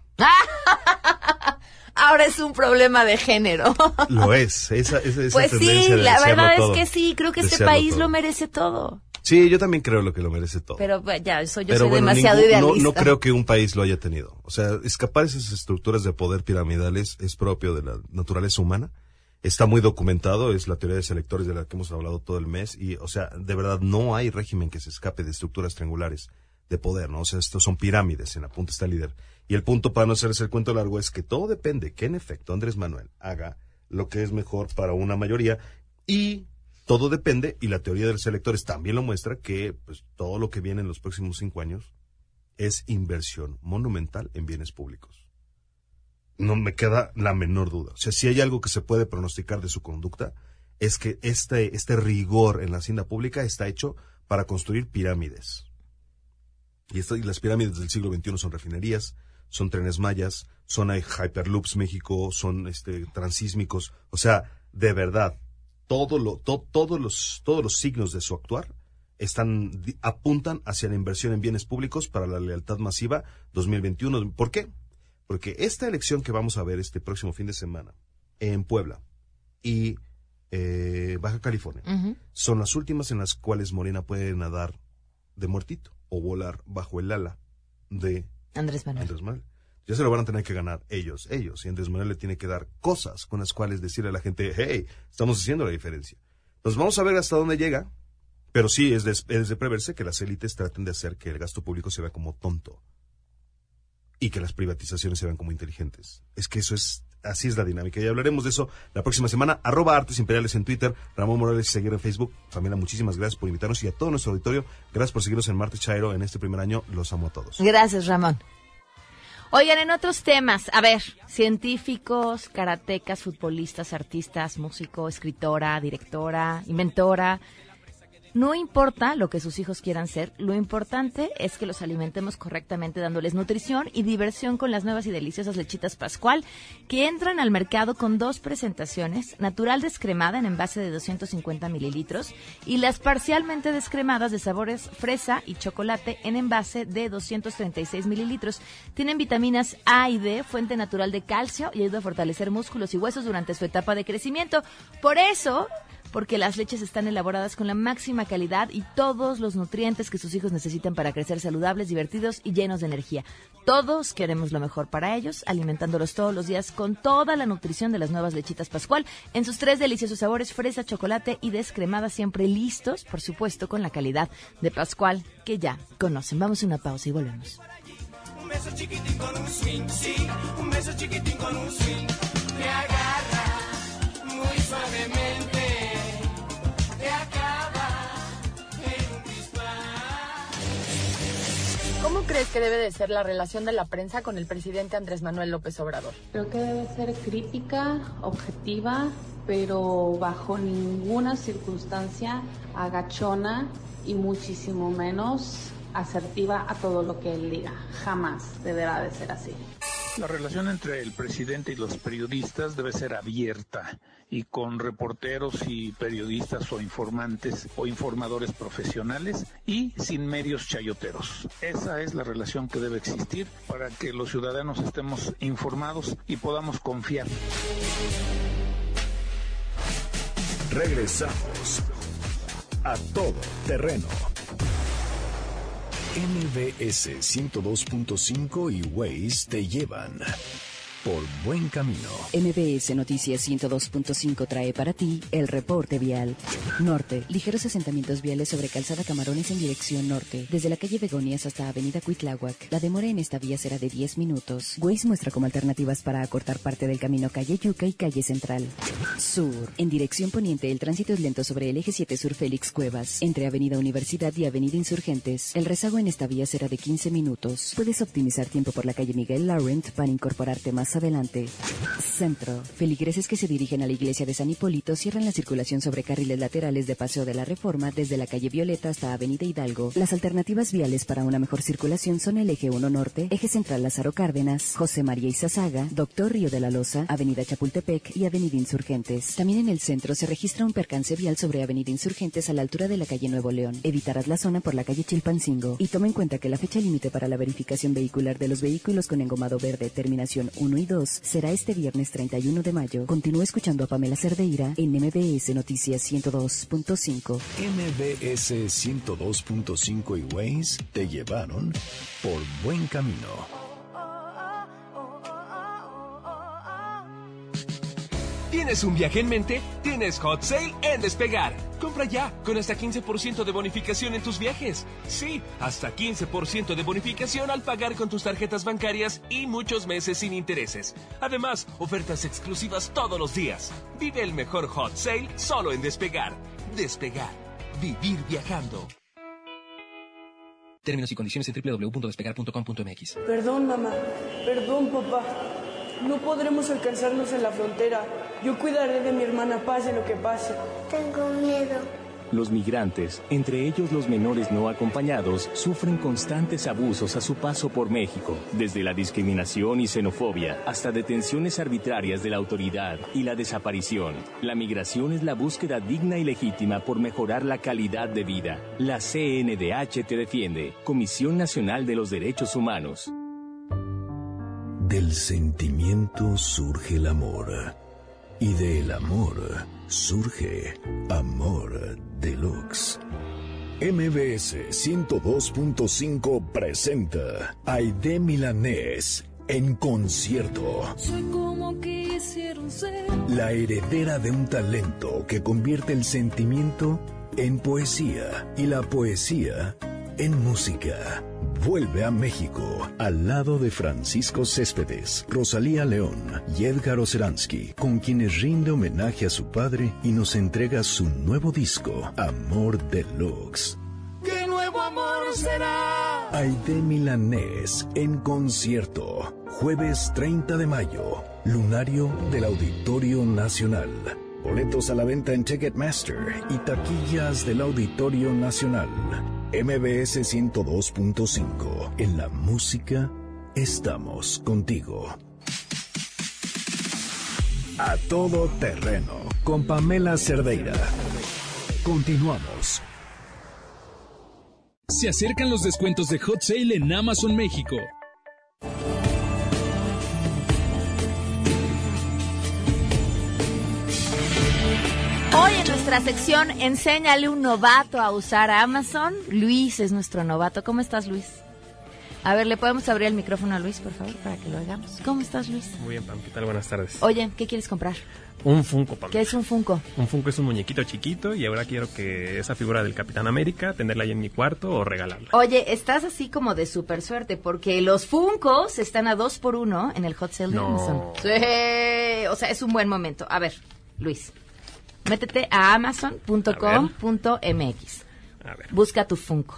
Ahora es un problema de género. Lo es, esa, esa, esa pues tendencia sí, de la verdad todo, es que sí, creo que este país todo. Lo merece todo. Sí, yo también creo lo que lo merece todo. Pero ya, eso yo Pero soy bueno, demasiado ningún, idealista. No, no creo que un país lo haya tenido. O sea, escapar de esas estructuras de poder piramidales es propio de la naturaleza humana. Está muy documentado, es la teoría de selectores de la que hemos hablado todo el mes. Y, o sea, de verdad no hay régimen que se escape de estructuras triangulares de poder, ¿no? O sea, estos son pirámides, en la punta está el líder. Y el punto, para no hacerse el cuento largo, es que todo depende que, en efecto, Andrés Manuel haga lo que es mejor para una mayoría. Y todo depende, y la teoría de los electores también lo muestra, que pues todo lo que viene en los próximos cinco años es inversión monumental en bienes públicos. No me queda la menor duda. O sea, si hay algo que se puede pronosticar de su conducta, es que este, este rigor en la hacienda pública está hecho para construir pirámides. Y, esto, y las pirámides del siglo veintiuno son refinerías, son trenes mayas, son hay Hyperloops México, son este transísmicos. O sea, de verdad, todo lo, to, todos los, todos los signos de su actuar están, apuntan hacia la inversión en bienes públicos para la lealtad masiva dos mil veintiuno. ¿Por qué? Porque esta elección que vamos a ver este próximo fin de semana en Puebla y eh, Baja California uh-huh. son las últimas en las cuales Morena puede nadar de muertito o volar bajo el ala de Andrés Manuel. Andrés Manuel. Ya se lo van a tener que ganar ellos, ellos. Y Andrés Manuel le tiene que dar cosas con las cuales decirle a la gente, hey, estamos haciendo la diferencia. Entonces vamos a ver hasta dónde llega, pero sí es de, es de preverse que las élites traten de hacer que el gasto público se vea como tonto y que las privatizaciones se vean como inteligentes. Es que eso es, así es la dinámica. Y hablaremos de eso la próxima semana. Arroba Artes Imperiales en Twitter, Ramón Morales y seguir en Facebook. Familia, muchísimas gracias por invitarnos y a todo nuestro auditorio, gracias por seguirnos en Martes Chairo en este primer año. Los amo a todos. Gracias, Ramón. Oigan, en otros temas, a ver, científicos, karatecas, futbolistas, artistas, músico, escritora, directora, inventora. No importa lo que sus hijos quieran ser, lo importante es que los alimentemos correctamente dándoles nutrición y diversión con las nuevas y deliciosas lechitas Pascual, que entran al mercado con dos presentaciones, natural descremada en envase de doscientos cincuenta mililitros y las parcialmente descremadas de sabores fresa y chocolate en envase de doscientos treinta y seis mililitros. Tienen vitaminas A y D, fuente natural de calcio y ayuda a fortalecer músculos y huesos durante su etapa de crecimiento. Por eso... porque las leches están elaboradas con la máxima calidad y todos los nutrientes que sus hijos necesitan para crecer saludables, divertidos y llenos de energía. Todos queremos lo mejor para ellos, alimentándolos todos los días con toda la nutrición de las nuevas lechitas Pascual, en sus tres deliciosos sabores, fresa, chocolate y descremada, siempre listos, por supuesto, con la calidad de Pascual que ya conocen. Vamos a una pausa y volvemos. Un beso chiquitín con un swing, sí, un beso chiquitín con un swing. Me agarra muy suavemente. ¿Cómo crees que debe de ser la relación de la prensa con el presidente Andrés Manuel López Obrador? Creo que debe ser crítica, objetiva, pero bajo ninguna circunstancia agachona y muchísimo menos asertiva a todo lo que él diga. Jamás deberá de ser así. La relación entre el presidente y los periodistas debe ser abierta y con reporteros y periodistas o informantes o informadores profesionales y sin medios chayoteros. Esa es la relación que debe existir para que los ciudadanos estemos informados y podamos confiar. Regresamos a Todo Terreno. M B S ciento dos punto cinco y Waze te llevan por buen camino. M B S Noticias ciento dos punto cinco trae para ti el reporte vial. Norte, ligeros asentamientos viales sobre Calzada Camarones en dirección norte, desde la calle Begonias hasta Avenida Cuitláhuac. La demora en esta vía será de diez minutos. Waze muestra como alternativas para acortar parte del camino calle Yuca y calle Central. Sur, en dirección poniente, el tránsito es lento sobre el eje siete Sur Félix Cuevas, entre Avenida Universidad y Avenida Insurgentes. El rezago en esta vía será de quince minutos. Puedes optimizar tiempo por la calle Miguel Laurent para incorporarte más adelante. Centro. Feligreses que se dirigen a la iglesia de San Hipólito cierran la circulación sobre carriles laterales de Paseo de la Reforma desde la calle Violeta hasta Avenida Hidalgo. Las alternativas viales para una mejor circulación son el eje uno Norte, eje central Lázaro Cárdenas, José María Izazaga, Doctor Río de la Loza, Avenida Chapultepec y Avenida Insurgentes. También en el centro se registra un percance vial sobre Avenida Insurgentes a la altura de la calle Nuevo León. Evitarás la zona por la calle Chilpancingo y toma en cuenta que la fecha límite para la verificación vehicular de los vehículos con engomado verde terminación uno y dos será este viernes treinta y uno de mayo. Continúa escuchando a Pamela Cerdeira en M B S Noticias ciento dos punto cinco. M B S ciento dos punto cinco y Waze te llevaron por buen camino. ¿Tienes un viaje en mente? Tienes Hot Sale en Despegar. Compra ya, con hasta quince por ciento de bonificación en tus viajes. Sí, hasta quince por ciento de bonificación al pagar con tus tarjetas bancarias y muchos meses sin intereses. Además, ofertas exclusivas todos los días. Vive el mejor Hot Sale solo en Despegar. Despegar. Vivir viajando. Términos y condiciones en doble u doble u doble u punto despegar punto com punto m x. Perdón, mamá. Perdón, papá. No podremos alcanzarnos en la frontera. Yo cuidaré de mi hermana pase lo que pase. Tengo miedo. Los migrantes, entre ellos los menores no acompañados, sufren constantes abusos a su paso por México, desde la discriminación y xenofobia hasta detenciones arbitrarias de la autoridad y la desaparición. La migración es la búsqueda digna y legítima por mejorar la calidad de vida. La C N D H te defiende. Comisión Nacional de los Derechos Humanos. Del sentimiento surge el amor. Y del amor surge Amor Deluxe. M B S ciento dos punto cinco presenta Aide Milanés en concierto. Soy como quisieron ser. La heredera de un talento que convierte el sentimiento en poesía y la poesía en música. Vuelve a México al lado de Francisco Céspedes, Rosalía León y Edgar Oceransky, con quienes rinde homenaje a su padre y nos entrega su nuevo disco, Amor Deluxe. ¿Qué nuevo amor será? Aide Milanés en concierto. Jueves treinta de mayo. Lunario del Auditorio Nacional. Boletos a la venta en Ticketmaster y taquillas del Auditorio Nacional. M B S ciento dos punto cinco. En la música estamos contigo. A todo terreno con Pamela Cerdeira. Continuamos. Se acercan los descuentos de Hot Sale en Amazon México. Hoy en nuestra sección Enséñale un novato a usar Amazon. Luis es nuestro novato. ¿Cómo estás, Luis? A ver, ¿le podemos abrir el micrófono a Luis, por favor, para que lo oigamos? ¿Cómo estás, Luis? Muy bien, Pam. ¿Qué tal? Buenas tardes. Oye, ¿qué quieres comprar? Un Funko, Pam. ¿Qué es un Funko? Un Funko es un muñequito chiquito y ahora quiero que esa figura del Capitán América, tenerla ahí en mi cuarto o regalarla. Oye, estás así como de súper suerte porque los Funkos están a dos por uno en el Hot Sale de No. Amazon. Sí, o sea, es un buen momento. A ver, Luis, métete a amazon punto com punto m x. A ver. Busca tu Funko.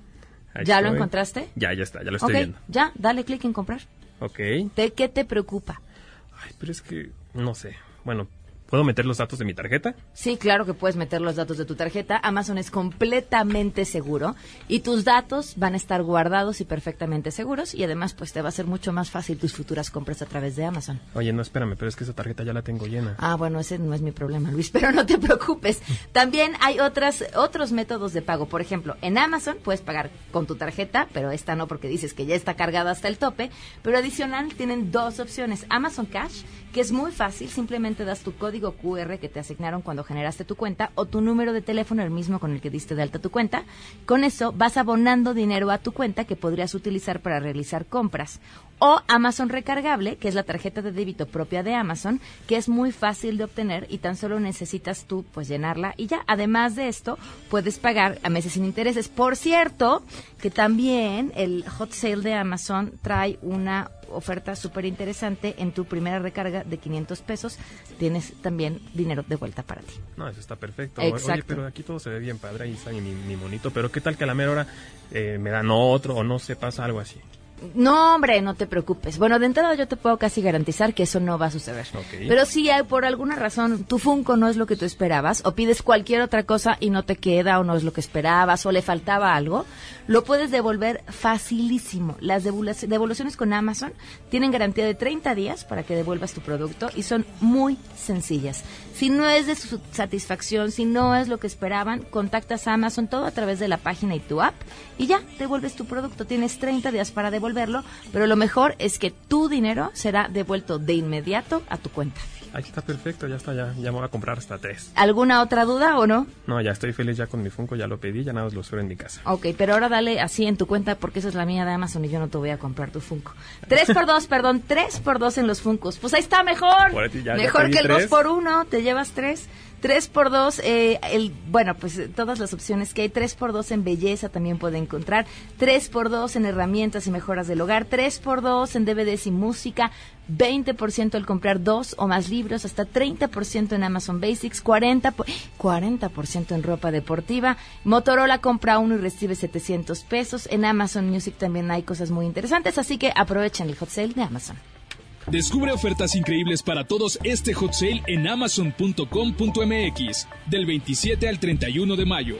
Ahí ¿Ya estoy. lo encontraste? Ya, ya está, ya lo estoy Ok, viendo. ya, dale clic en comprar. Ok. ¿De qué te preocupa? Ay, pero es que, no sé. Bueno, ¿puedo meter los datos de mi tarjeta? Sí, claro que puedes meter los datos de tu tarjeta. Amazon es completamente seguro y tus datos van a estar guardados y perfectamente seguros y además pues te va a ser mucho más fácil tus futuras compras a través de Amazon. Oye, no, espérame, pero es que esa tarjeta ya la tengo llena. Ah, bueno, ese no es mi problema, Luis, pero no te preocupes. También hay otras otros métodos de pago. Por ejemplo, en Amazon puedes pagar con tu tarjeta, pero esta no porque dices que ya está cargada hasta el tope. Pero adicional tienen dos opciones. Amazon Cash, que es muy fácil, simplemente das tu código cu erre que te asignaron cuando generaste tu cuenta o tu número de teléfono, el mismo con el que diste de alta tu cuenta. Con eso vas abonando dinero a tu cuenta que podrías utilizar para realizar compras. O Amazon Recargable, que es la tarjeta de débito propia de Amazon, que es muy fácil de obtener y tan solo necesitas tú pues llenarla y ya. Además de esto, puedes pagar a meses sin intereses. Por cierto, que también el Hot Sale de Amazon trae una oferta súper interesante. En tu primera recarga de quinientos pesos tienes también dinero de vuelta para ti. No, eso está perfecto. Exacto. Oye, pero aquí todo se ve bien padre, ahí está mi, mi monito, pero ¿qué tal que a la mera hora eh, me dan otro o no se pasa algo así? No, hombre, no te preocupes. Bueno, de entrada yo te puedo casi garantizar que eso no va a suceder. Okay. Pero si hay, por alguna razón tu Funko no es lo que tú esperabas o pides cualquier otra cosa y no te queda o no es lo que esperabas o le faltaba algo, lo puedes devolver facilísimo. Las devolu- devoluciones con Amazon tienen garantía de treinta días para que devuelvas tu producto y son muy sencillas. Si no es de su satisfacción, si no es lo que esperaban, contactas a Amazon todo a través de la página y tu app y ya devuelves tu producto. Tienes treinta días para devolverlo, pero lo mejor es que tu dinero será devuelto de inmediato a tu cuenta. Ahí está perfecto, ya está, ya, ya me voy a comprar hasta tres. ¿Alguna otra duda o no? No, ya estoy feliz ya con mi Funko, ya lo pedí, ya nada más lo suelo en mi casa. Ok, pero ahora dale así en tu cuenta porque esa es la mía de Amazon y yo no te voy a comprar tu Funko. Tres por dos, perdón, tres por dos en los Funkos. Pues ahí está mejor. Por ti, ya, mejor ya que el tres. dos por uno, te llevas tres. Tres por dos, eh, el, bueno, pues eh, todas las opciones que hay. Tres por dos en belleza también puede encontrar. Tres por dos en herramientas y mejoras del hogar. Tres por dos en D V Ds y música. veinte por ciento al comprar dos o más libros. Hasta treinta por ciento en Amazon Basics. cuarenta por, cuarenta por ciento en ropa deportiva. Motorola compra uno y recibe setecientos pesos. En Amazon Music también hay cosas muy interesantes. Así que aprovechen el hot sale de Amazon. Descubre ofertas increíbles para todos este Hot Sale en amazon punto com punto m x del veintisiete al treinta y uno de mayo.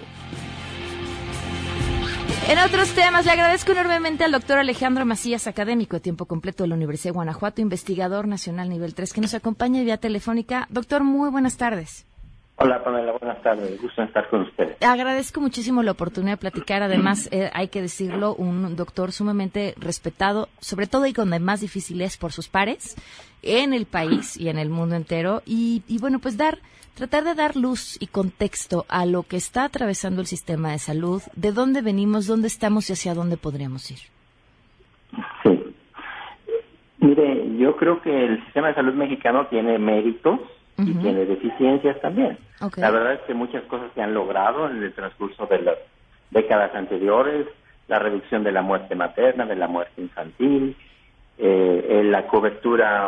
En otros temas, le agradezco enormemente al doctor Alejandro Macías, académico de tiempo completo de la Universidad de Guanajuato, investigador nacional nivel tres, que nos acompaña vía telefónica. Doctor, muy buenas tardes. Hola, Pamela, buenas tardes. Gusto en estar con ustedes. Agradezco muchísimo la oportunidad de platicar. Además, eh, hay que decirlo, un doctor sumamente respetado, sobre todo y donde más difícil es por sus pares, en el país y en el mundo entero. Y, y bueno, pues dar, tratar de dar luz y contexto a lo que está atravesando el sistema de salud, de dónde venimos, dónde estamos y hacia dónde podríamos ir. Sí. Mire, yo creo que el sistema de salud mexicano tiene méritos y uh-huh. tiene deficiencias también. Okay. La verdad es que muchas cosas se han logrado en el transcurso de las décadas anteriores, la reducción de la muerte materna, de la muerte infantil, eh, la cobertura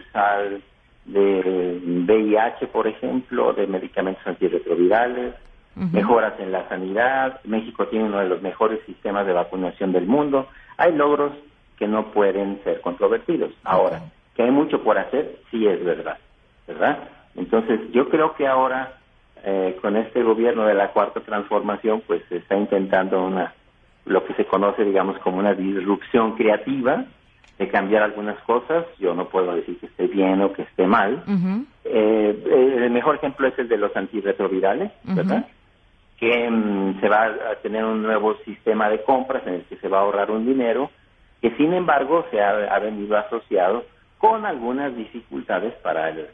universal de V I H, por ejemplo, de medicamentos antirretrovirales, uh-huh. mejoras en la sanidad. México tiene uno de los mejores sistemas de vacunación del mundo. Hay logros que no pueden ser controvertidos. Ahora, okay. que hay mucho por hacer, sí es verdad, ¿verdad? Entonces, yo creo que ahora, eh, con este gobierno de la Cuarta Transformación, pues se está intentando una, lo que se conoce, digamos, como una disrupción creativa, de cambiar algunas cosas. Yo no puedo decir que esté bien o que esté mal. Uh-huh. Eh, el mejor ejemplo es el de los antirretrovirales, uh-huh. ¿verdad? Que um, se va a tener un nuevo sistema de compras en el que se va a ahorrar un dinero, que sin embargo se ha, ha venido asociado con algunas dificultades para el,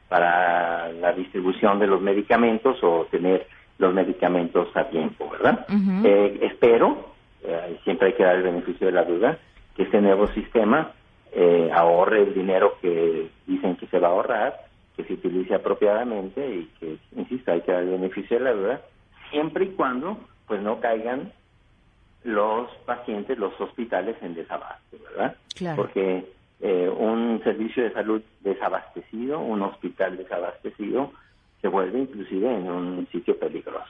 para la distribución de los medicamentos o tener los medicamentos a tiempo, ¿verdad? Uh-huh. Eh, espero, eh, siempre hay que dar el beneficio de la duda, que este nuevo sistema eh, ahorre el dinero que dicen que se va a ahorrar, que se utilice apropiadamente y que, insisto, hay que dar el beneficio de la duda, siempre y cuando pues no caigan los pacientes, los hospitales en desabasto, ¿verdad? Claro. Porque eh, un servicio de salud desabastecido, un hospital desabastecido, se vuelve inclusive en un sitio peligroso.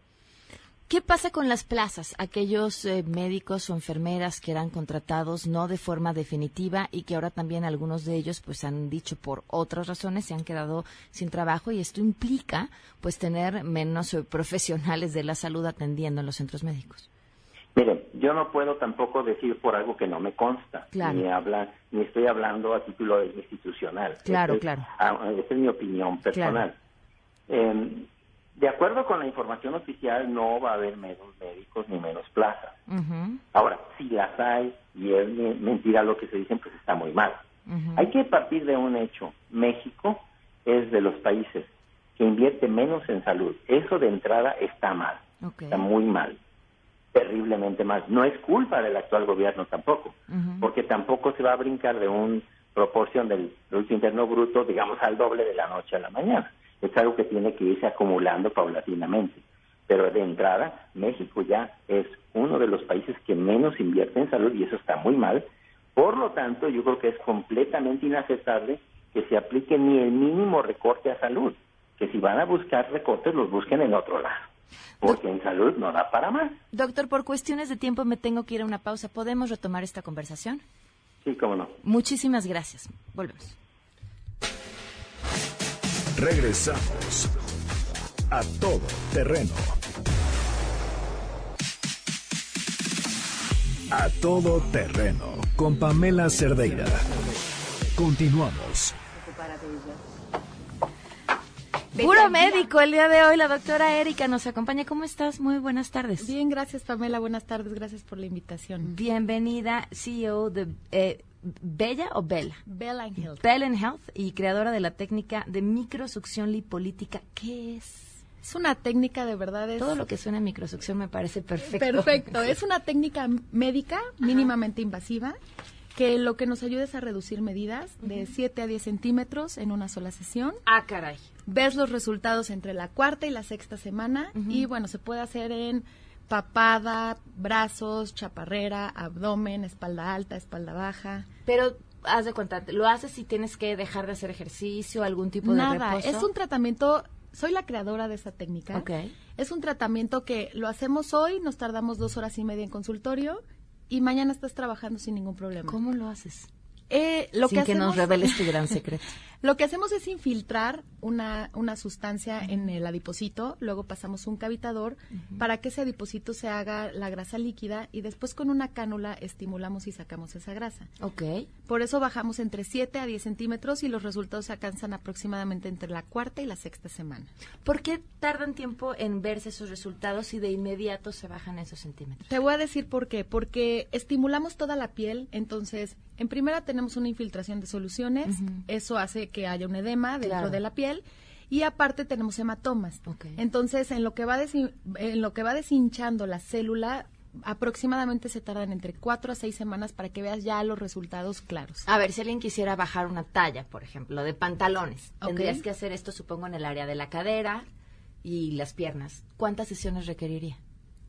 ¿Qué pasa con las plazas? Aquellos eh, médicos o enfermeras que eran contratados no de forma definitiva y que ahora también algunos de ellos pues han dicho por otras razones se han quedado sin trabajo y esto implica pues tener menos eh, profesionales de la salud atendiendo en los centros médicos. Miren, yo no puedo tampoco decir por algo que no me consta, claro. ni habla, ni estoy hablando a título institucional. Claro, Esta claro. Es, esta es mi opinión personal. Claro. Eh, De acuerdo con la información oficial, no va a haber menos médicos ni menos plazas. Uh-huh. Ahora, si las hay y es mentira lo que se dicen, pues está muy mal. Uh-huh. Hay que partir de un hecho. México es de los países que invierte menos en salud. Eso de entrada está mal. Okay. Está muy mal. Terriblemente mal. No es culpa del actual gobierno tampoco, uh-huh. porque tampoco se va a brincar de una proporción del Producto Interno Bruto, digamos, al doble de la noche a la mañana. Es algo que tiene que irse acumulando paulatinamente. Pero de entrada, México ya es uno de los países que menos invierte en salud y eso está muy mal. Por lo tanto, yo creo que es completamente inaceptable que se aplique ni el mínimo recorte a salud. Que si van a buscar recortes, los busquen en otro lado. Porque en salud no da para más. Doctor, por cuestiones de tiempo me tengo que ir a una pausa. ¿Podemos retomar esta conversación? Sí, cómo no. Muchísimas gracias. Volvemos. Regresamos a Todo Terreno. A Todo Terreno con Pamela Cerdeira. Continuamos. Puro médico, el día de hoy la doctora Erika nos acompaña. ¿Cómo estás? Muy buenas tardes. Bien, gracias Pamela, buenas tardes, gracias por la invitación. Bienvenida, C E O de... Eh, ¿Bella o Bella? Bella and Health. Bella and Health y creadora de la técnica de microsucción lipolítica. ¿Qué es? Es una técnica de verdad. Es... Todo lo que suena a microsucción me parece perfecto. Perfecto. Es una técnica médica mínimamente invasiva que lo que nos ayuda es a reducir medidas uh-huh. de siete a diez centímetros en una sola sesión. Ah, caray. Ves los resultados entre la cuarta y la sexta semana uh-huh. y bueno, se puede hacer en papada, brazos, chaparrera, abdomen, espalda alta, espalda baja. Pero haz de cuenta, ¿lo haces si tienes que dejar de hacer ejercicio, algún tipo de Nada, reposo? es un tratamiento, soy la creadora de esta técnica. Okay. Es un tratamiento que lo hacemos hoy, nos tardamos dos horas y media en consultorio y mañana estás trabajando sin ningún problema. ¿Cómo lo haces? Eh, lo Sin que, que hacemos, nos reveles tu gran secreto. Lo que hacemos es infiltrar una, una sustancia uh-huh. en el adiposito, luego pasamos un cavitador uh-huh. para que ese adiposito se haga la grasa líquida y después con una cánula estimulamos y sacamos esa grasa. Okay. Por eso bajamos entre siete a diez centímetros y los resultados se alcanzan aproximadamente entre la cuarta y la sexta semana. ¿Por qué tardan tiempo en verse esos resultados y de inmediato se bajan esos centímetros? Te voy a decir por qué. Porque estimulamos toda la piel, entonces en primera tenemos una infiltración de soluciones, uh-huh. eso hace que haya un edema dentro claro. de la piel y aparte tenemos hematomas. Okay. Entonces, en lo que va desi- en lo que va deshinchando la célula, aproximadamente se tardan entre cuatro a seis semanas para que veas ya los resultados claros. A ver, si alguien quisiera bajar una talla, por ejemplo, de pantalones, okay. tendrías que hacer esto, supongo, en el área de la cadera y las piernas. ¿Cuántas sesiones requeriría?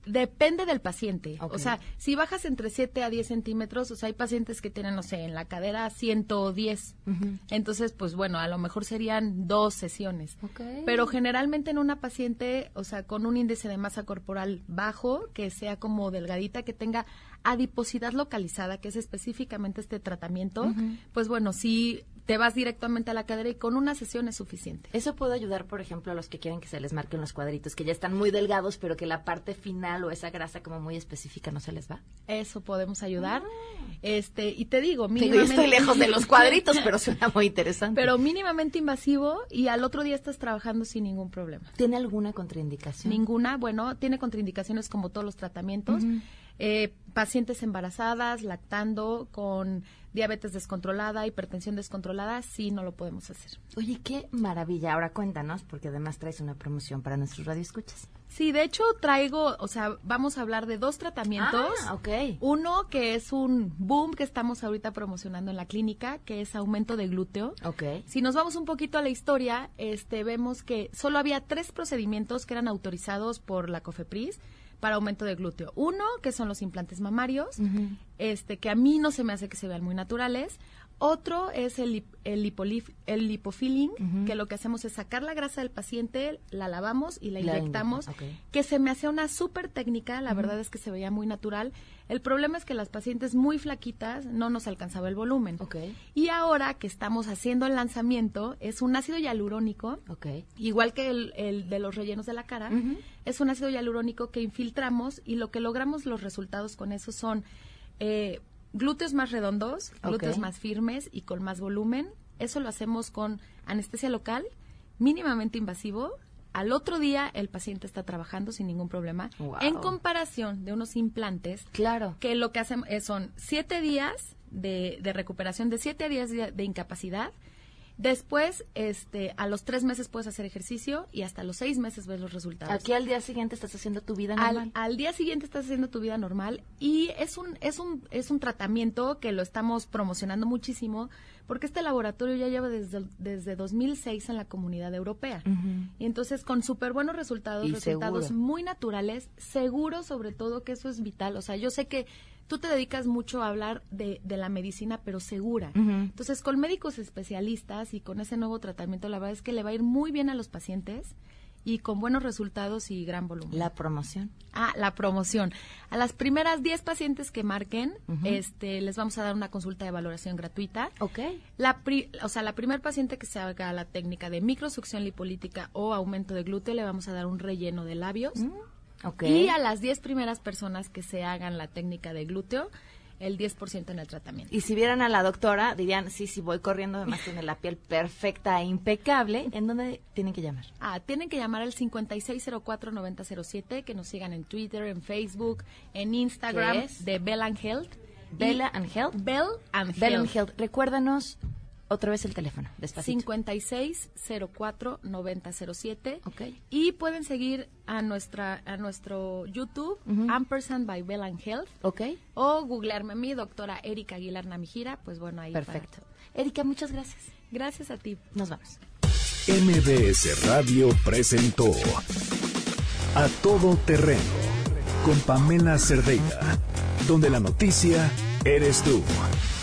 Depende del paciente. Okay. O sea, si bajas entre siete a diez centímetros, o sea, hay pacientes que tienen, no sé, en la cadera ciento diez. Uh-huh. Entonces, pues bueno, a lo mejor serían dos sesiones. Okay. Pero generalmente en una paciente, o sea, con un índice de masa corporal bajo, que sea como delgadita, que tenga adiposidad localizada, que es específicamente este tratamiento, uh-huh. pues bueno, sí te vas directamente a la cadera y con una sesión es suficiente. ¿Eso puede ayudar, por ejemplo, a los que quieren que se les marquen los cuadritos, que ya están muy delgados, pero que la parte final o esa grasa como muy específica no se les va? Eso podemos ayudar. Ah. Este, y te digo, mínimamente... Digo, yo estoy lejos de los cuadritos, pero suena muy interesante. Pero mínimamente invasivo y al otro día estás trabajando sin ningún problema. ¿Tiene alguna contraindicación? Ninguna. Bueno, tiene contraindicaciones como todos los tratamientos. Uh-huh. Eh, pacientes embarazadas, lactando, con diabetes descontrolada, hipertensión descontrolada, sí, no lo podemos hacer. Oye, qué maravilla. Ahora cuéntanos, porque además traes una promoción para nuestros radioescuchas. Sí, de hecho traigo, o sea, vamos a hablar de dos tratamientos. Ah, ok. Uno que es un boom que estamos ahorita promocionando en la clínica, que es aumento de glúteo. Ok. Si nos vamos un poquito a la historia, este, vemos que solo había tres procedimientos que eran autorizados por la COFEPRIS para aumento de glúteo. Uno, que son los implantes mamarios, uh-huh. este que a mí no se me hace que se vean muy naturales. Otro es el, el, lipolif, el lipofilling, uh-huh. que lo que hacemos es sacar la grasa del paciente, la lavamos y la, la inyectamos, okay. que se me hacía una súper técnica, la uh-huh. verdad es que se veía muy natural. El problema es que las pacientes muy flaquitas no nos alcanzaba el volumen. Okay. Y ahora que estamos haciendo el lanzamiento, es un ácido hialurónico, okay. igual que el, el de los rellenos de la cara, uh-huh. es un ácido hialurónico que infiltramos y lo que logramos los resultados con eso son... Eh, glúteos más redondos, glúteos okay. más firmes y con más volumen. Eso lo hacemos con anestesia local, mínimamente invasivo. Al otro día el paciente está trabajando sin ningún problema. Wow. En comparación de unos implantes, claro, que lo que hacen es, son siete días de, de recuperación, de siete a días de, de incapacidad. Después, este, a los tres meses puedes hacer ejercicio y hasta los seis meses ves los resultados. Aquí al día siguiente estás haciendo tu vida normal. Al, al día siguiente estás haciendo tu vida normal y es un, es un, es un tratamiento que lo estamos promocionando muchísimo porque este laboratorio ya lleva desde, desde dos mil seis en la Comunidad Europea. Uh-huh. Y entonces con súper buenos resultados, y resultados seguro. muy naturales, seguros sobre todo, que eso es vital. O sea, yo sé que tú te dedicas mucho a hablar de, de la medicina, pero segura. Uh-huh. Entonces, con médicos especialistas y con ese nuevo tratamiento, la verdad es que le va a ir muy bien a los pacientes y con buenos resultados y gran volumen. ¿La promoción? Ah, la promoción. A las primeras diez pacientes que marquen, uh-huh. este, les vamos a dar una consulta de valoración gratuita. Ok. La pri, o sea, la primer paciente que se haga la técnica de microsucción lipolítica o aumento de glúteo, le vamos a dar un relleno de labios. Uh-huh. Okay. Y a las diez primeras personas que se hagan la técnica de glúteo, el diez por ciento en el tratamiento. Y si vieran a la doctora, dirían, sí, sí, voy corriendo, además tiene la piel perfecta e impecable. ¿En dónde tienen que llamar? Ah, tienen que llamar al cincuenta y seis cero cuatro, noventa cero siete, que nos sigan en Twitter, en Facebook, en Instagram, de Bell and Health. Bella and Health. Bell and Bell Health. and Health. Recuérdanos otra vez el teléfono, despacito. cincuenta y seis cero cuatro, noventa cero siete. Okay. Y pueden seguir a nuestra a nuestro YouTube, uh-huh. Ampersand by Bell and Health. Okay. O googlearme a mí, doctora Erika Aguilar Namijira, pues bueno, ahí. Perfecto. Para... Erika, muchas gracias. Gracias a ti. Nos vamos. M B S Radio presentó A Todo Terreno con Pamela Cerdeira, donde la noticia eres tú.